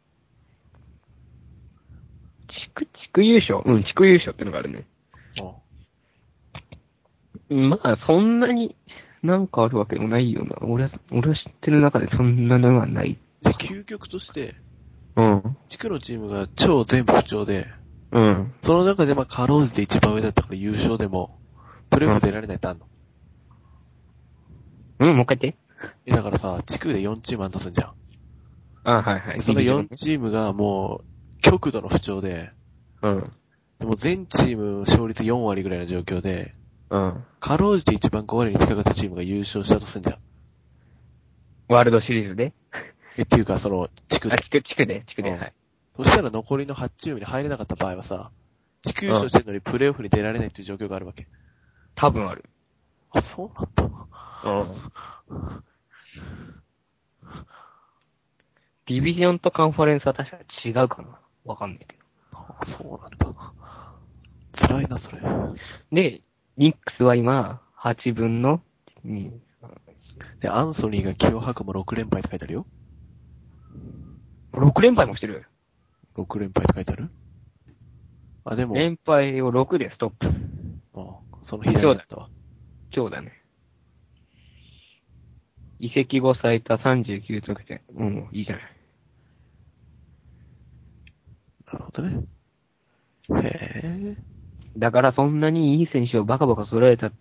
地区、地区優勝うん、地区優勝ってのがあるね。 あまあ、そんなになんかあるわけでもないよな。俺は、俺は知ってる中でそんなのはない。 で、究極として、 うん。 地区のチームが超全部不調で、 うん。 その中でまあ、かろうじて一番上だったから優勝でも、プレイオフ出られないってあんの？ うん、もう一回言って。 え、だからさ、地区でよんチームあんとすんじゃん。 あ、はいはい。 そのよんチームがもう、極度の不調で、 うん。 でも全チーム勝率よん割ぐらいの状況で、 うん。 かろうじて一番ご割に近かったチームが優勝したとすんじゃん。 ワールドシリーズでえ、っていうか、その、地区であ、。地区、地区で、地区で、 うんはい。 そしたら残りのはちチームに入れなかった場合はさ、地区優勝してるのにプレイオフに出られないっていう状況があるわけ。 多分ある。 あ、そうなんだ。 うん。ディビジョンとカンファレンスは確かに違うかな。わかんないけあ、そうなんだ。辛いな、それ。 ど。で、ニックスは今、はちぶんのに、 で、アンソニーが気を吐くもろく連敗って書いてあるよ。 ろく連敗もしてる。 ろく連敗って書いてある？あ、でも、 連敗をろくでストップ。 あ、その左だったわ。 今日だね。移籍後最多さんじゅうきゅう得点。うん、いいじゃない。 なるほどね。へえ。 だからそんなにいい選手をバカバカ揃えたって、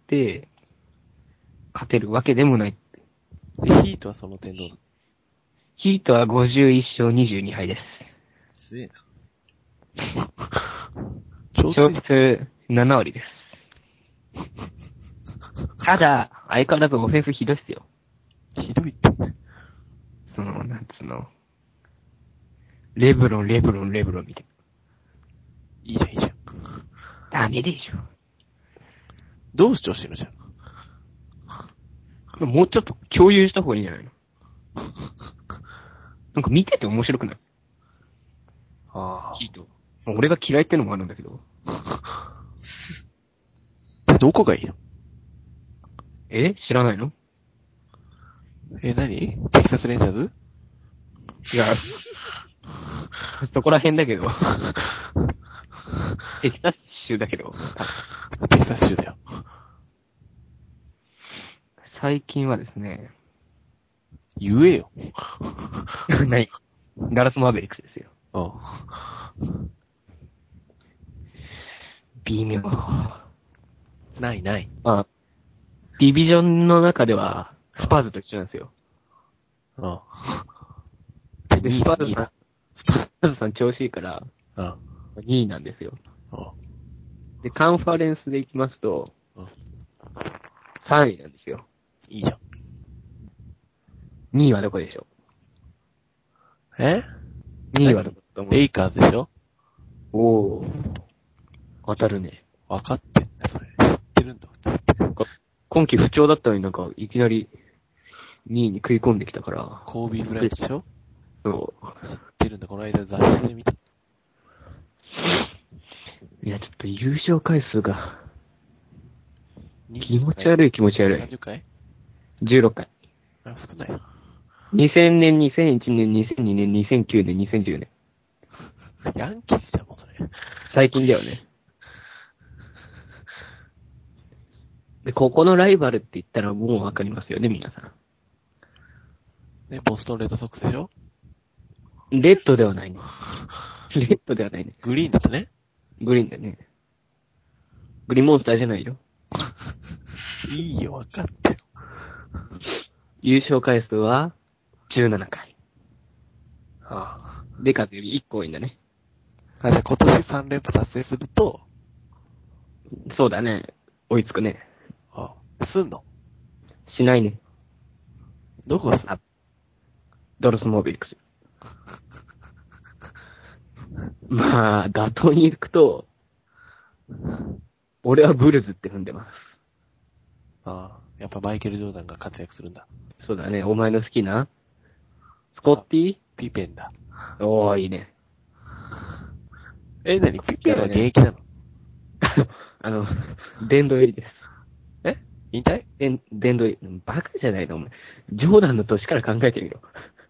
勝てるわけでもない。 で、ヒートはその点どうだ？ ヒートはごじゅういっしょうにじゅうにはいです。 強えな。 超勝強い。 率なな割です。ただ、相変わらずオフェンスひどいっすよ。 ひどいって。 その、なんつうの。レブロン、レブロン、レブロンみたいいいじゃん、いいじゃん。 な。ダメでしょ。 どう主張してるのじゃん。 もうちょっと共有した方がいいんじゃないの？なんか見てて面白くない？ あヒート。俺が嫌いってのもあるんだけど。 あ。どこがいいの？ え？知らないの？ え、何？テキサスレンジャーズ？ いや、そこら辺だけど。テキサス州だけど。 テキサス州だよ。 最近はですね。 言えよ。 ない。ダラスマーベリックスですよ。 うん。 微妙。 ないない。 まあ、ディビジョンの中では、スパーズと一緒なんですよ。 うん。 で、スパーズさん、スパーズさん調子いいから、 うん。 にいなんですよ。 うん。 で、カンファレンスで行きますと、 うん。 さんいなんですよ。 いいじゃん。 にいはどこでしょえ？ ?にいはどこだと思う？ レイカーズでしょ？ おー。当たるね。 分かってんだよ、それ。知ってるんだ、普通。 今季不調だったのになんか、いきなりにいに食い込んできたから。 コービーブライアントでしょ？ そ知ってるんだ、この間雑誌で見た。 う。いや、ちょっと優勝回数が、気持ち悪い気持ち悪い。 さんじゅっかい？ じゅうろっかい。 あ、少ないな。 にせんねん、にせんいちねん、にせんにねん、にせんきゅうねん、にせんじゅうねん。 ヤンキースじゃん、もうそれ。 最近だよね。で、ここのライバルって言ったらもうわかりますよね、皆さん。 ね、ボストンレッドソックスでしょ？ レッドではないね。レッドではないね。 グリーンだったね。 グリーンだね。グリーンモンスターじゃないよ。 いいよ、わかったよ。 優勝回数はじゅうななかい。 あでかずよりいっこ多いんだね。 あ。あ、じゃあ今年さん連覇達成すると、 そうだね。追いつくね。 ああ、すんの？ しないね。 どこがすんの？ あ、ドロスモービリックス。まあ、妥当に行くと、俺はブルズって踏んでます。 ああ、やっぱマイケル・ジョーダンが活躍するんだ。 そうだね。お前の好きなスコッティ？ ピペンだ。 おー、いいね。 え、なにピペンは現役なの？ あの、殿堂入りです。 え？引退？ 殿殿堂入り。バカじゃないの、お前。ジョーダンの年から考えてみろ。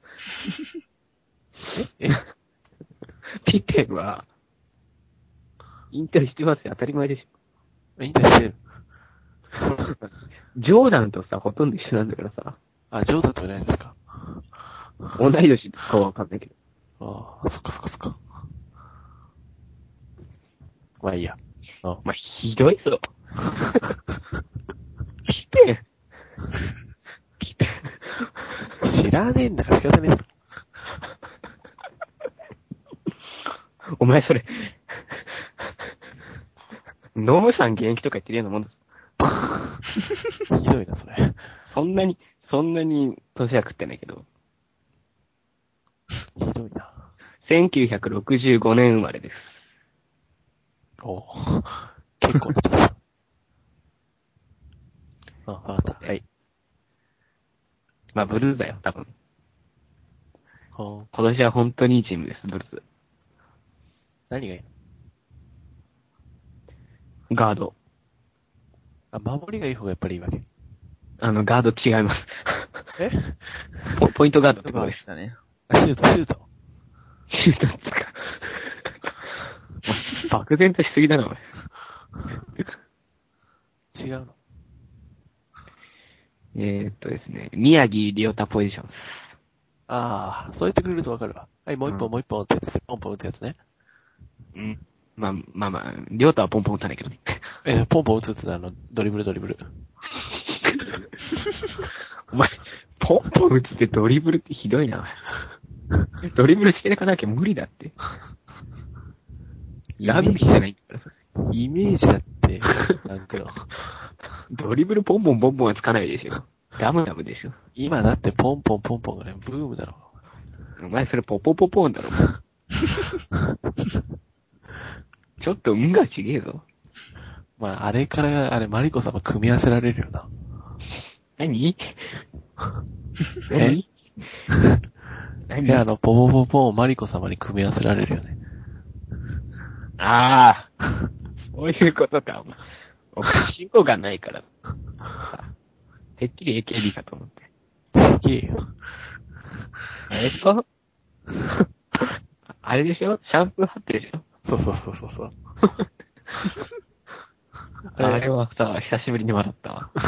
ええピペンは、引退してますよ。当たり前でし引退してる。 ょ。ジョーダンとさ、ほとんど一緒なんだからさ。 あ、ジョーダンといないんですか？ 同い年かはわかんないけど。 ああ、そっかそっかそっか。まあいいや。あまあ、ひどいぞ。ピペン。ピペン。 知らねえんだから仕方ねえだろ。 お前それ、ノムさん現役とか言ってるようなもんだ。 ひどいな、それ。 そんなに、そんなに年は食ってないけど。 ひどいな。 せんきゅうひゃくろくじゅうごねん生まれです。 お結構な年だ。あ、わかった。はい。 まあ、ブルーズだよ、多分。 ほう。 今年は本当にいいチームです、ブルーズ。 何がいいの？ ガード。 あ、守りがいい方がやっぱりいいわけ。 あの、ガード違います。 えポポイントガードってことです。 したね。 あ、シュート、シュート。 シュートですか。漠然としすぎだな、お前。 違うの？ えーっとですね、宮城リオタポジション。 ああ、そう言ってくれるとわかるわ。はい、もう一本、 うんもう一本ってやつで、ポンポン打つやつね。 うん。まあ、まあまあ、リオタはポンポン打たないけどね。 えー、ポンポン打つってあの、ドリブルドリブル。 お前、ポンポン打つってドリブルってひどいな。ドリブルしていかなきゃ無理だって。ラグビーじゃないんだからさ。 イメージだって、なんかの。 ドリブルポンポンポンポンはつかないでしょ。ダムダムでしょ。 今だってポンポンポンポンがね、ブームだろ。 お前それポポポポンだろ。ちょっと運がちげえぞ。 まあ、あれから、あれ、マリコ様組み合わせられるよな。 何何何え、あの、ポポポポンをマリコ様に組み合わせられるよね。 ああ、そういうことか。お前、信号がないから。てっきり エーケービー かと思って。 すげえよ。 あれでしょあれでしょシャンプー貼ってるでしょそうそうそうそうそう。 あれはさ、久しぶりに笑ったわ。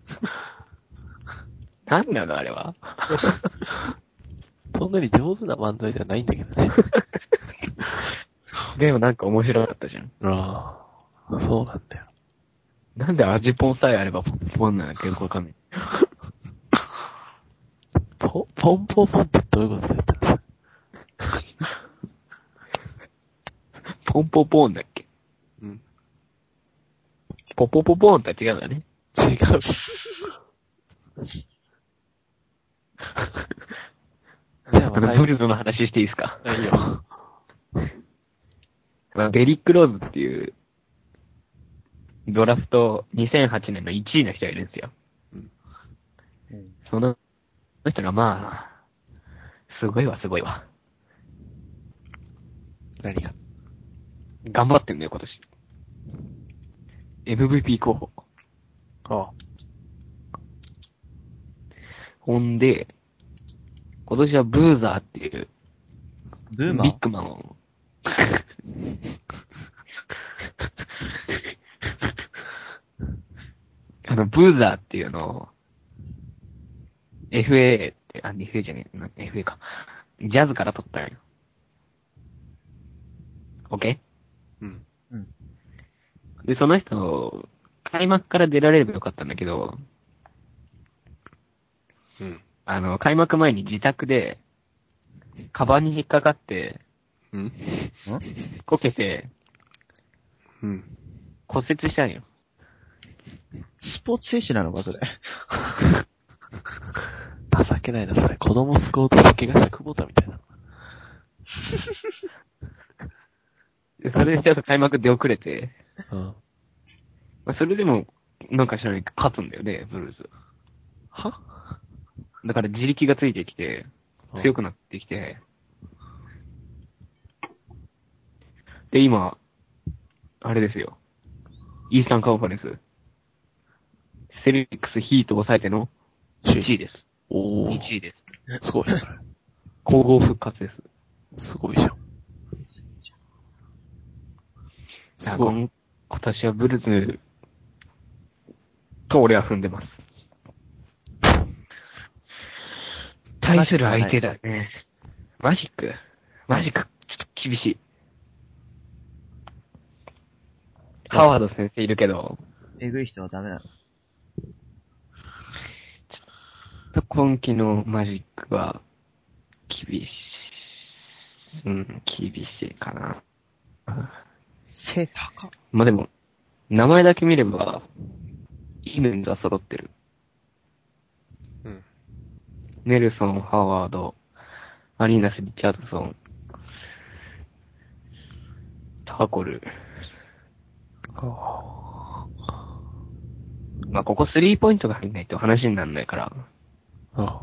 なんなのあれは。 そんなに上手な漫才じゃないんだけどね。 でもなんか面白かったじゃん。 ああ、そうなんだよ。 なんで味ポンさえあればポンポンなんだっけよくわかんない。 ポ、ポンポンポンってどういうことだったの？ ポンポポンだっけ？ うん。 ポポポポンとは違うんだね。 違う。じゃあ、まあ、 ブルズの話していいですか？ いいよ。 ベリック・ローズっていう、ドラフトにせんはちねんのいちいの人がいるんですよ。うん、その人がまあ、すごいわ、すごいわ。 何が？ 頑張ってんだよ、今年。エムブイピー 候補。 ああ。 ほんで、今年はブーザーっていう、 ブーマービッグマンを、あの、ブーザーっていうのを、エフエー って、あ、エフエー じゃねえ、エフエー か。ジャズから取ったんよ。OK？ うん。 うん。 で、その人、開幕から出られればよかったんだけど、 うん。 あの、開幕前に自宅で、カバンに引っかかって、 うん？ こけて、 うん。 骨折したんよ。 スポーツ選手なのか、それ。 情けないな、それ。子供救おうとして怪我した久保田みたいな。 でそれでちょっと開幕出遅れて、 うん。 まあ、それでも、なんか知らないけど勝つんだよね、ブルーズ。 は？ だから自力がついてきて、強くなってきて、で、今、あれですよ。イースタンカンファレンス。セルティックスヒートを抑えてのいちいです。 おー。 いちいです。 すごいね、それ。 皇后復活です。 すごいじゃん。すごい。 今, 今年はブルズと俺は踏んでます。対する相手だね。マジックマジックちょっと厳しい。ハワード先生いるけど。 えぐい人はダメなの。 ちょっと今季のマジックは、厳しい。うん、厳しいかな。 背高。 まあでも、名前だけ見れば、いいメンズは揃ってる。 うん。 ネルソン、ハワード、アリーナス・リチャードソン、タコル。 あまあここスリーポイントが入んないと話にならないから。 あ。あ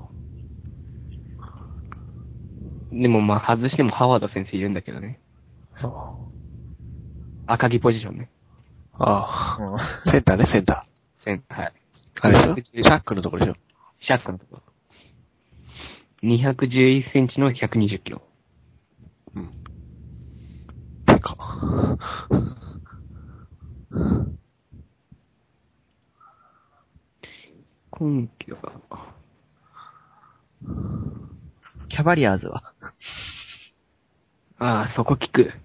でもまあ外してもハワード先生いるんだけどね。 あ。 赤木ポジションね。 ああ。 うん。 センターね、センタセンはい。 ー。あれでしょ？シャックのところでしょ？ シャックのところ。にひゃくじゅういちセンチのひゃくにじゅっキロ。 うん。てか。 今季は、 キャバリアーズは。 ああ、そこ聞く。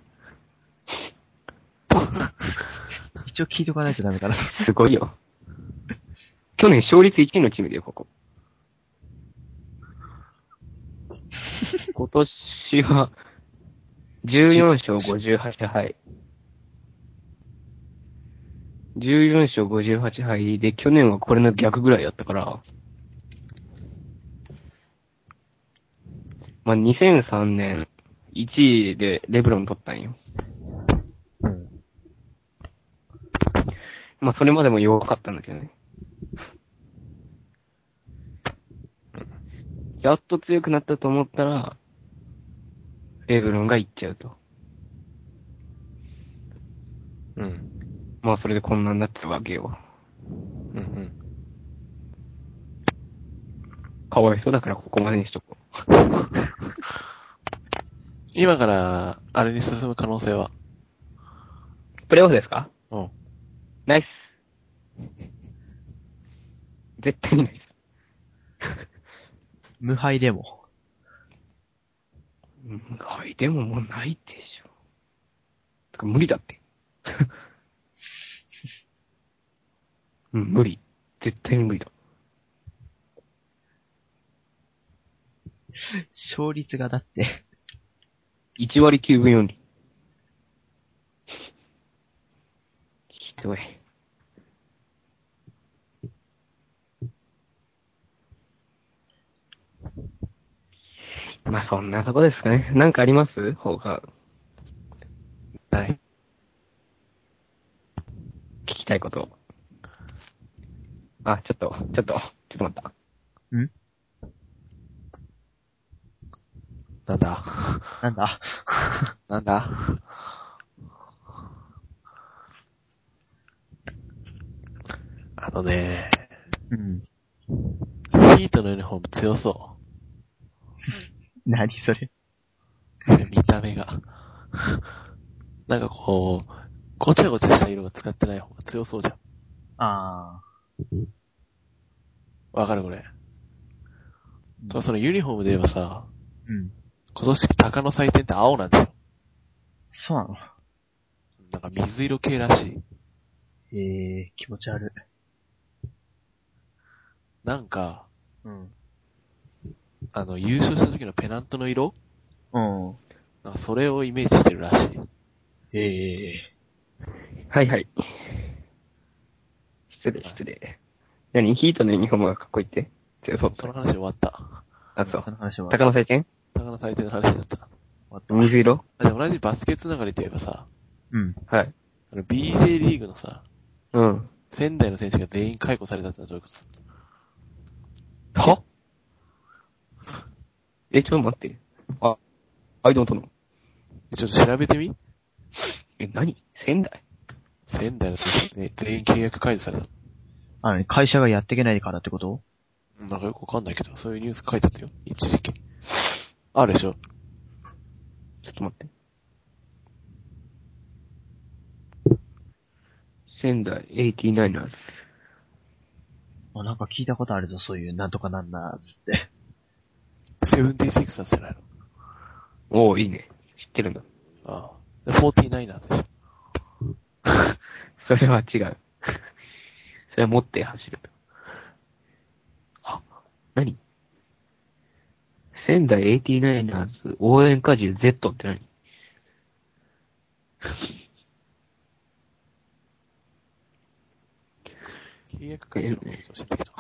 一応聞いとかないとダメかな。 すごいよ。去年勝率いちいのチームだよ、ここ。今年は、じゅうよんしょうごじゅうはちはい。 じゅうよんしょうごじゅうはちはいで、去年はこれの逆ぐらいだったから、まあ、にせんさんねんいちいでレブロン取ったんよ。 うん。 まあ、それまでも弱かったんだけどね。やっと強くなったと思ったら、レブロンが行っちゃうと。 うん。 まあ、それでこんなになってるわけよ。 うんうん。 かわいそうだからここまでにしとこう。 今から、あれに進む可能性は？ プレイオフですか？ うん。 ナイス。絶対にナイス。 無敗でも。 うん、はい、でももうないでしょ。てか無理だって。うん、無理。絶対に無理だ。 勝率がだって。 いちわりきゅうぶよんり。ひどい。まあそんなとこですかね。なんかあります他。 ない。 聞きたいこと。あ、ちょっと、ちょっと、ちょっと待った。 んなんだなんだなんだあのね、 うん。 ヒートのユニフォーム強そ何それ。 う。見た目が。なんかこう、ごちゃごちゃした色が使ってない方が強そうじゃん。 あわかるこれ。 ー。 そのユニフォームで言えばさ、 うん。 今年鷹の祭典って青なんでしょ？ そうなの。 なんか水色系らしい。 えー、気持ち悪い。 なんか、 うん。 あの、優勝した時のペナントの色うん。 なんかそれをイメージしてるらしい。 えはいはい。失礼、失礼。何ヒートのユニフォームがかっこいいって強そう。 その話終わった。 あ、 ー。 そう。 その話は。 鷹の祭典鷹の祭典の話だった。 終わった水色あ、じゃあ同じバスケつながりといえばさ、 うん。 はい。 あの ビージェー リーグのさ、 うん。 仙台の選手が全員解雇されたってのはどういうこと？ はえ、ちょっと待って。あ、アイドントの。 ちょっと調べてみ？ え、何仙台仙台の選手が全全員契約解除された。 あの、会社がやっていけないからってこと？ なんかよくわかんないけど、そういうニュース書いてあったよ。一時期。あるでしょ？ ちょっと待って。仙台エイティナイナーズ。 あ、なんか聞いたことあるぞ、そういう、なんとかなんなーつって。 セブンティシックスじゃないの？ おー、いいね。知ってるんだ。 ああ。で、フォーティーナイナーでしょ？ それは違う。それは持って走る。あ、何仙台エイティナイナーズ応援歌集 Z って何契約解除の方で教えたけど。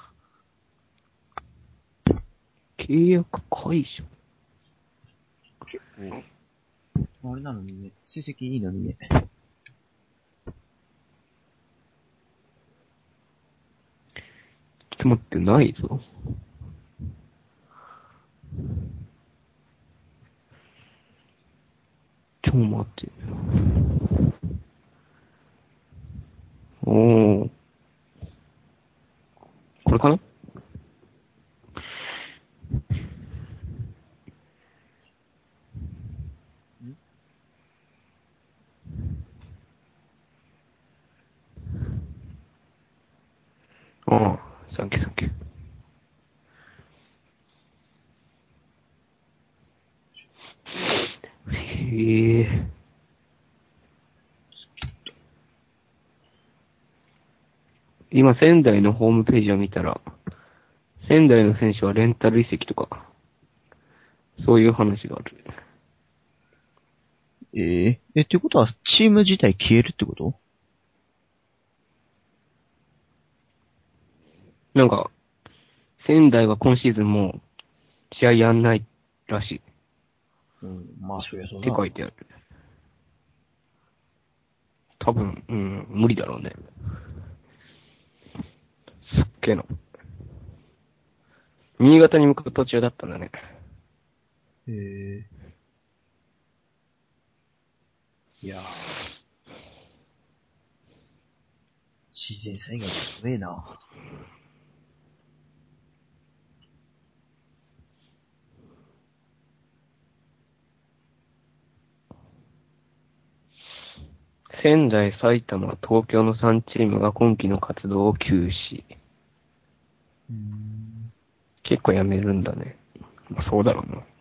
契約解除あれなのにね、成績いいのにね。 ちょっと待って、ないぞ。ちょっと待って。おー。これかなああ、サンキューサンキュー。へえ。今、仙台のホームページを見たら、仙台の選手はレンタル移籍とか、そういう話がある。 えええ、ってことは、チーム自体消えるってこと？ なんか、仙台は今シーズンも試合やんないらしい。 うん、まあ、そりゃそうってだ。 書いてある。多分、うん、無理だろうね。すっげえな。新潟に向かう途中だったんだね。 へえ。いやー。自然災害が怖えな。 仙台、埼玉、東京のさんチームが今季の活動を休止。 うーん。 結構やめるんだね。まあ、そうだろうな。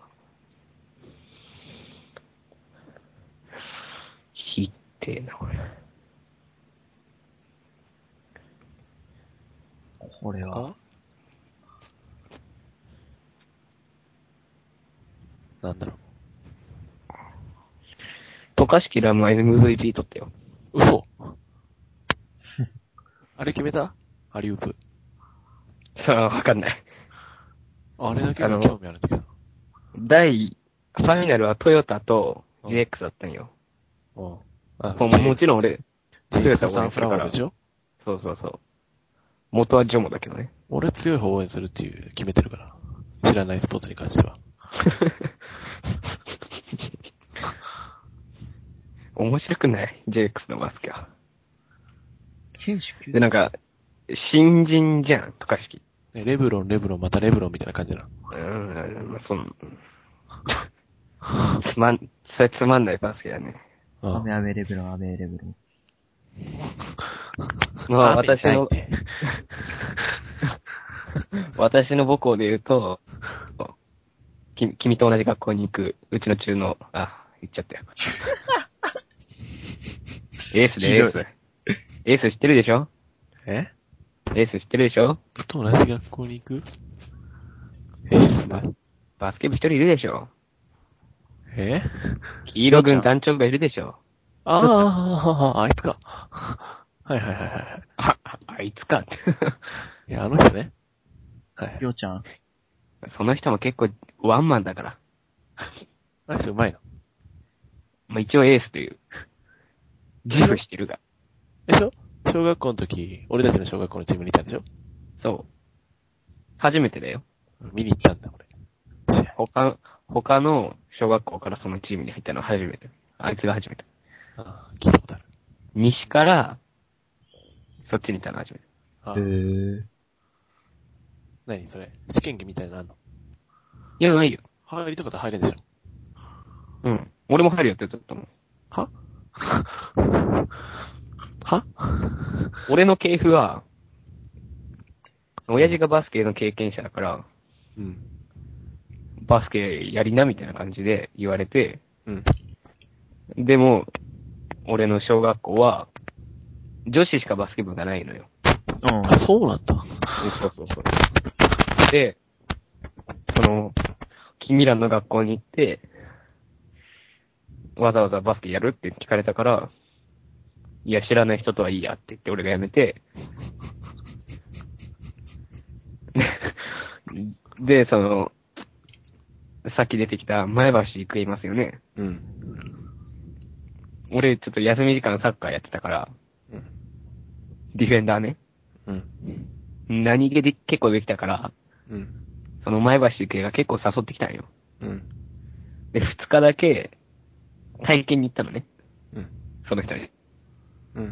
ひってえな、これ。 これは。 なんだろ渡嘉敷ラムは エムブイピー 取ったよ。 う。嘘あれ決めたアリウープ。 さあ、わかんない。 あれだけが興味あるんだけど。 第、ファイナルはトヨタと ジェイエックス だったんよ。 うん。あ、 ももちろん俺、 ジェイクスサンフラワーズでしょ？ そうそうそう。元はジョモだけどね。 俺強い方応援するっていう決めてるから。知らないスポーツに関しては。 面白くない ?ジェイエックス のバスケは。 選手で、なんか、新人じゃん、渡嘉敷。 ね、レブロン、レブロン、またレブロンみたいな感じな。 うーん、まあ、その、つまん、それつまんないバスケだね。 うん。 アメアメレベル、アメレベル。 まあ、私の雨ないね、 私の母校で言うと、き君と同じ学校に行く、うちの中の、あ、言っちゃったよ。エースでエース。エース知ってるでしょ？ えエース知ってるでしょ？ と同じ学校に行くエースババスケ部一人いるでしょ？ え黄色軍団長がいるでしょ？ ああ、あいつか。はいはいはいはい。 あ、あいつか。 いや、あの人ね。はい。 りょうちゃん。 その人も結構ワンマンだから。 あの人うまいの。 まあ、一応エースという。自負してるが。 でしょ？小学校の時、俺たちの小学校のチームにいたんでしょ？ そう。初めてだよ。 見に行ったんだ、俺。 他、他の小学校からそのチームに入ったのは初めて。あいつが初めて。 ああ、聞いたことある。 西から、そっちにいたの初めて。 ああ。 へー。 何それ？試験機みたいなのあんの？ いや、ないよ。 入りたかったら入れんでしょ？ うん。俺も入るよって言ったもん。 はは俺の系譜は、親父がバスケの経験者だから、 うん。 バスケやりなみたいな感じで言われて、 うん。 でも、俺の小学校は、女子しかバスケ部がないのよ。 うん。 あ、そうなんだ。 そうそうそう。で、その、君らの学校に行って、わざわざバスケやるって聞かれたから、いや、知らない人とはいいやって言って俺が辞めて、で、その、さっき出てきた前橋育英いますよね。 うん。 俺ちょっと休み時間サッカーやってたから、 うん。 ディフェンダーね。 うん。 何気で結構できたから、 うん。 その前橋育英が結構誘ってきたんよ。 うん。 で、二日だけ、体験に行ったのね。 うん。 その人に。 うん。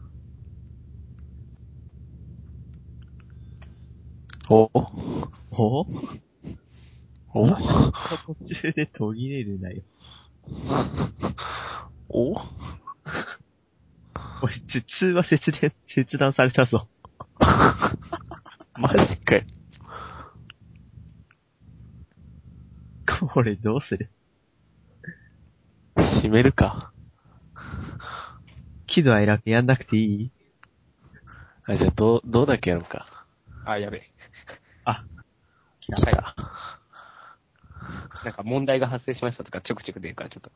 おおおお途中で途切れるなよ。 お俺、つ通話切断、切断されたぞ。 マジかよ。 これどうする？ 閉めるか。 喜怒哀楽やんなくていい？ あ、じゃあ、どう、どうだけやろうか。 あ、やべえ。 あ、 来た。来た。 なんか問題が発生しましたとかちょくちょく出るからちょっと。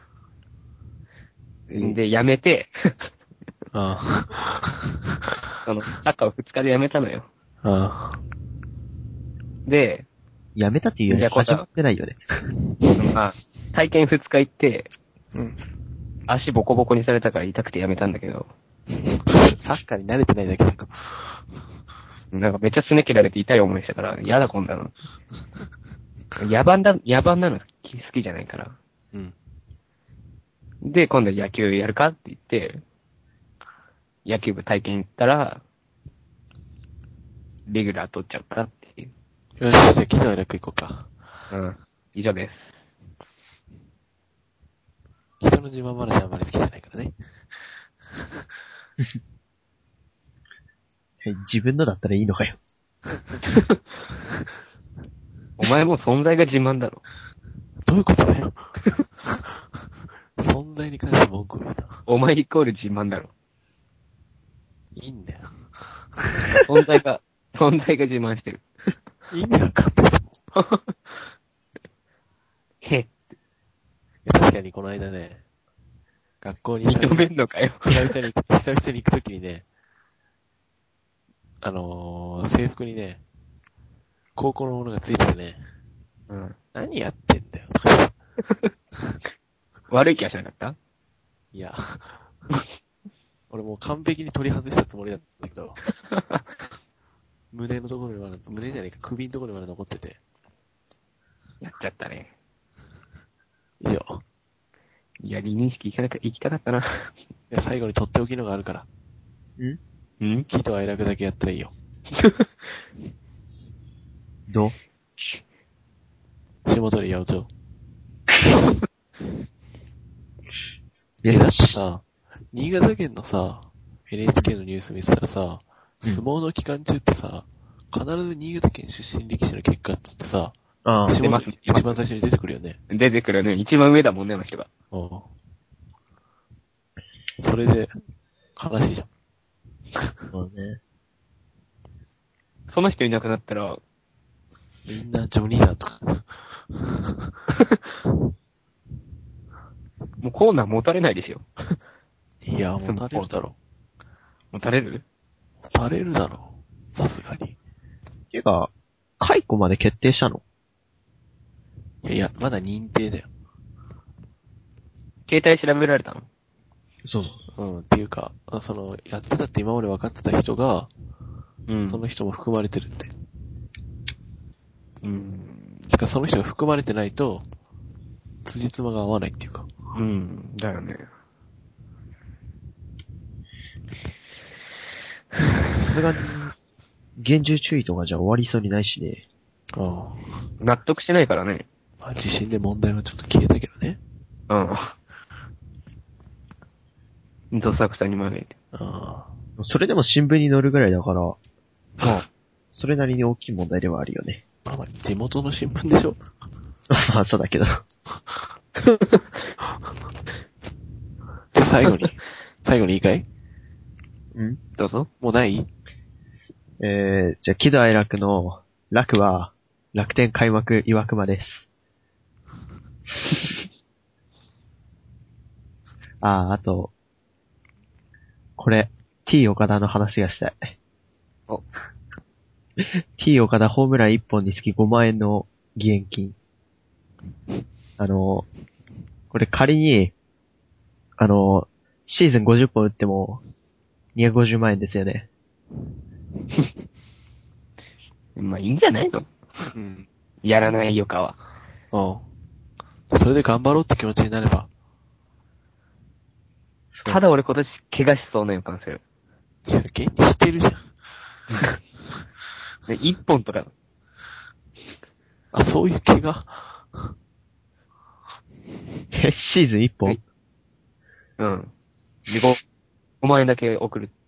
で、やめて、 あその、サッカーを二日でやめたのよ。 ああ。 で、 やめたっていうよりじゃあこうだ始まってないよね。 まあ、体験ふつか行って、 うん。 足ボコボコにされたから痛くてやめたんだけど、 サッカーに慣れてないだけだか。 なんかめっちゃすね切られて痛い思いしたから、やだこんなの。野蛮だ、野蛮なの好きじゃないから。 うん。 で、今度野球やるかって言って、野球部体験行ったら、レギュラー取っちゃったっていう。 よし、じゃあ喜怒哀楽行こうか。 うん。以上です。 人の自慢話あんまり好きじゃないからね。 自分のだったらいいのかよ。 お前も存在が自慢だろ。 どういうことだよ。存在に関して文句を言うな。 お前イコール自慢だろ。 いいんだよ。 存在が、存在が自慢してる。 意味わかんないぞ。 へっ。 確かにこの間ね、学校に認めんのかよ。 久々に、久々に行くときにね、あのー、制服にね、高校のものがついててね、 うん。 何やってんだよ、とか。 悪い気はしなかった？ いや、俺もう完璧に取り外したつもりだったんだけど、胸のところにまだ、胸じゃないか、首のところにまだ残ってて。 やっちゃったね。 以上。 いや、離任式行かなか、行きたかったな。 いや、最後にとっておきのがあるから。 んん喜と哀楽だけやったらいいよ。 どう下取り八百長。 え、 え、だってさ、新潟県のさ、エヌエイチケー のニュース見てたらさ、 うん相撲の期間中ってさ、必ず新潟県出身力士の結果って言ってさ、 ああ、 下出ます取り一番最初に出てくるよね。 出てくるね。一番上だもんね、あの人が。 うん。それで、悲しいじゃん。 そうね。 その人いなくなったら、 みんなジョニーだとか。 もうコーナー持たれないですよ。 いや、持たれるだろ。 持たれる？ 持たれるだろ。さすがに。 てか、解雇まで決定したの？ いやいや、まだ認定だよ。 携帯調べられたの？ そうそう。 うん、っていうか、その、やってたって今まで分かってた人が、 うん。 その人も含まれてるって。 うん。 てか、その人が含まれてないと、辻褄が合わないっていうか。 うん。だよね。 さすがに、厳重注意とかじゃ終わりそうにないしね。 ああ。 納得してないからね。 まあ、地震で問題はちょっと消えたけどね。 うん。どさくさに招いて。 あそれでも新聞に載るぐらいだから、まあ、それなりに大きい問題ではあるよね。 あ。まあまあ、地元の新聞でしょ？ まあ、そうだけど。 じゃあ最後に、最後にいいかい？ んどうぞ。 もうない？ えー、じゃあ、喜怒哀楽の楽は、楽天開幕岩熊です。ああ、あと、これ、T 岡田の話がしたい。 お。 T 岡田ホームランいっぽんにつきごまん円の義援金。あの、これ仮に、あの、シーズンごじゅっぽん打っても、にひゃくごじゅうまん円ですよね。 まあ、いいんじゃないの？ うん。 やらないよかは。 うん。それで頑張ろうって気持ちになれば。 ただ俺今年怪我しそうな予感する。 いや、現にしてるじゃん。 ね、一本とか。 あ、そういう怪我。 え、シーズンいっぽん、 はいうん。で、ご、ごまん円だけ送る。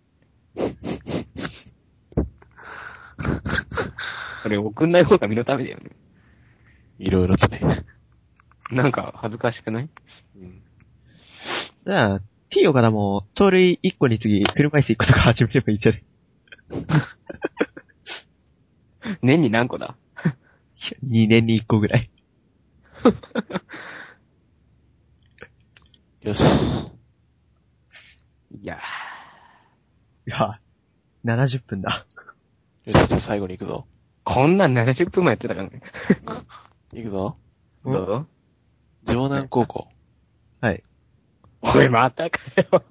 それ送んない方が身のためだよね。 いろいろとね。 なんか恥ずかしくない？ うん。 じゃあ、T 岡田も、盗塁いっこに次、車椅子いっことか始めればいいんじゃない？ 年に何個だ？ にねんにいっこぐらい。 よし。 いやいや、ななじゅっぷんだ。 よし、じゃあ最後に行くぞ。 こんなんななじゅっぷんもやってたからね。 行くぞ。 どうぞ。 城南高校。 はい。 おい、またかよ。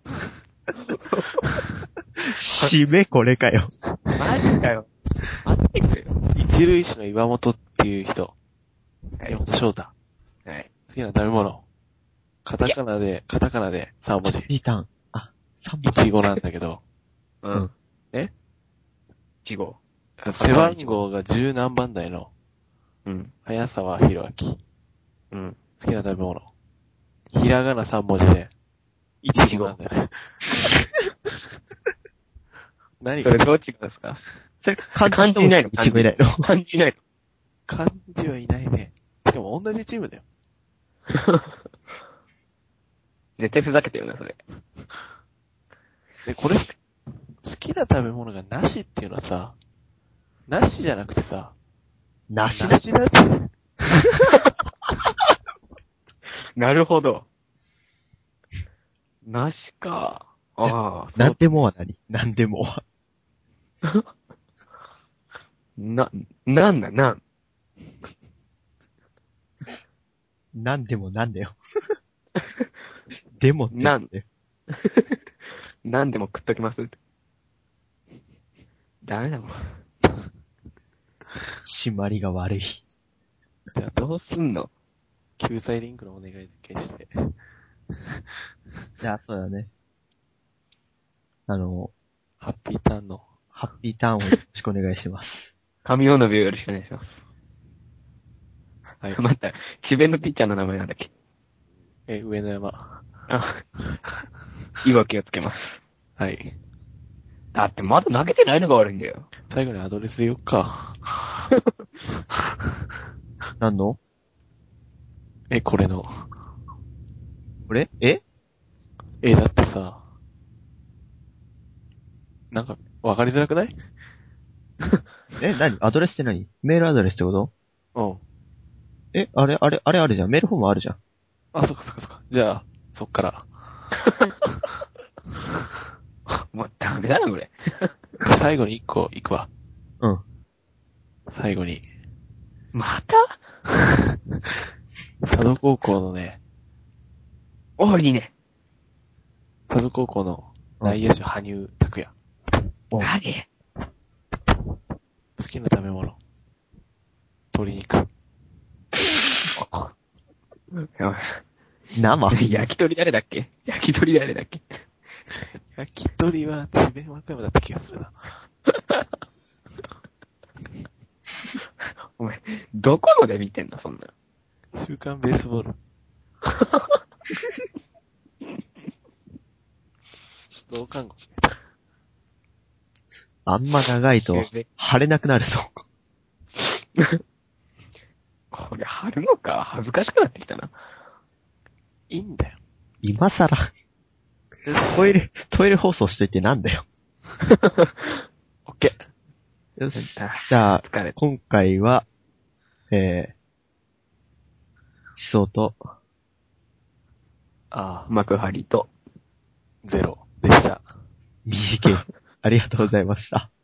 締めこれかよ。 マジかよ。待ってくれよ。 一塁手の岩本っていう人。 はい岩本翔太。 はい。 好きな食べ物。カタカナで、カタカナでさん文字。 リターン。あ、さんいちごなんだけど。 ううんん。 えいちご。 背番号が十何番台のうん。 早沢博明。 うん。 好きな食べ物。ひらがなさん文字で、いちごなんだよね。何がそれどう違うんですか？ それ、漢漢字いないの？ いちごいないの。 漢字いない漢字はいないね。しかも同じチームだよ。 の？絶対ふざけてるな、それ。 で、これ、好きな食べ物がなしっていうのはさ、なしじゃなくてさ、 梨だな。しだって。 なるほど。なしか。ああ。 なんでもは何なんでもは。 な、なんだ、なん。 なんでもなんだよ。でもってなんで。なんでも食っときます。ダメだもん。 締まりが悪い。 じゃあ、 どうすんの？ 救済リンクのお願いだけして。 じゃあ、そうだね。あの、 ハッピーターンの。 ハッピーターンをよろしくお願いします。 神尾のびをよろしくお願いします。 はい。 また、智弁のピッチャーの名前なんだっけ？ え、上野山。 あ、いわきをつけます。 はい。 だってまだ投げてないのが悪いんだよ。 最後にアドレス言おっか。 何のえ、これの。 これええ、だってさ、なんか、わかりづらくない？ え、何アドレスって何メールアドレスってことうん。 え、あれ、あれ、あれあるじゃん。メールフォームあるじゃん。 あ、そっかそっかそっか。じゃあ、そっから。 もうダメだな、これ。 最後に一個行くわ。 うん。 最後に。 また？ 佐渡高校のね、 おいいね。 佐渡高校の内野手、羽生拓也。 お何？ 好きな食べ物。鶏肉。 生焼き鳥誰だっけ？焼き鳥誰だっけ？ 焼き鳥は智弁和歌山だった気がするな。 お前、どこので見てんの、そんな。 週刊ベースボール。同看護。 あんま長いと、貼れなくなるぞ。 これ貼るのか恥ずかしくなってきたな。 いいんだよ。 今更。トイレ、トイレ放送しといてなんだよ。 オッケー。よし。じゃあ、今回は、えー、思想と、 ああ、 幕張と、 ゼロでした。 短い。ありがとうございました。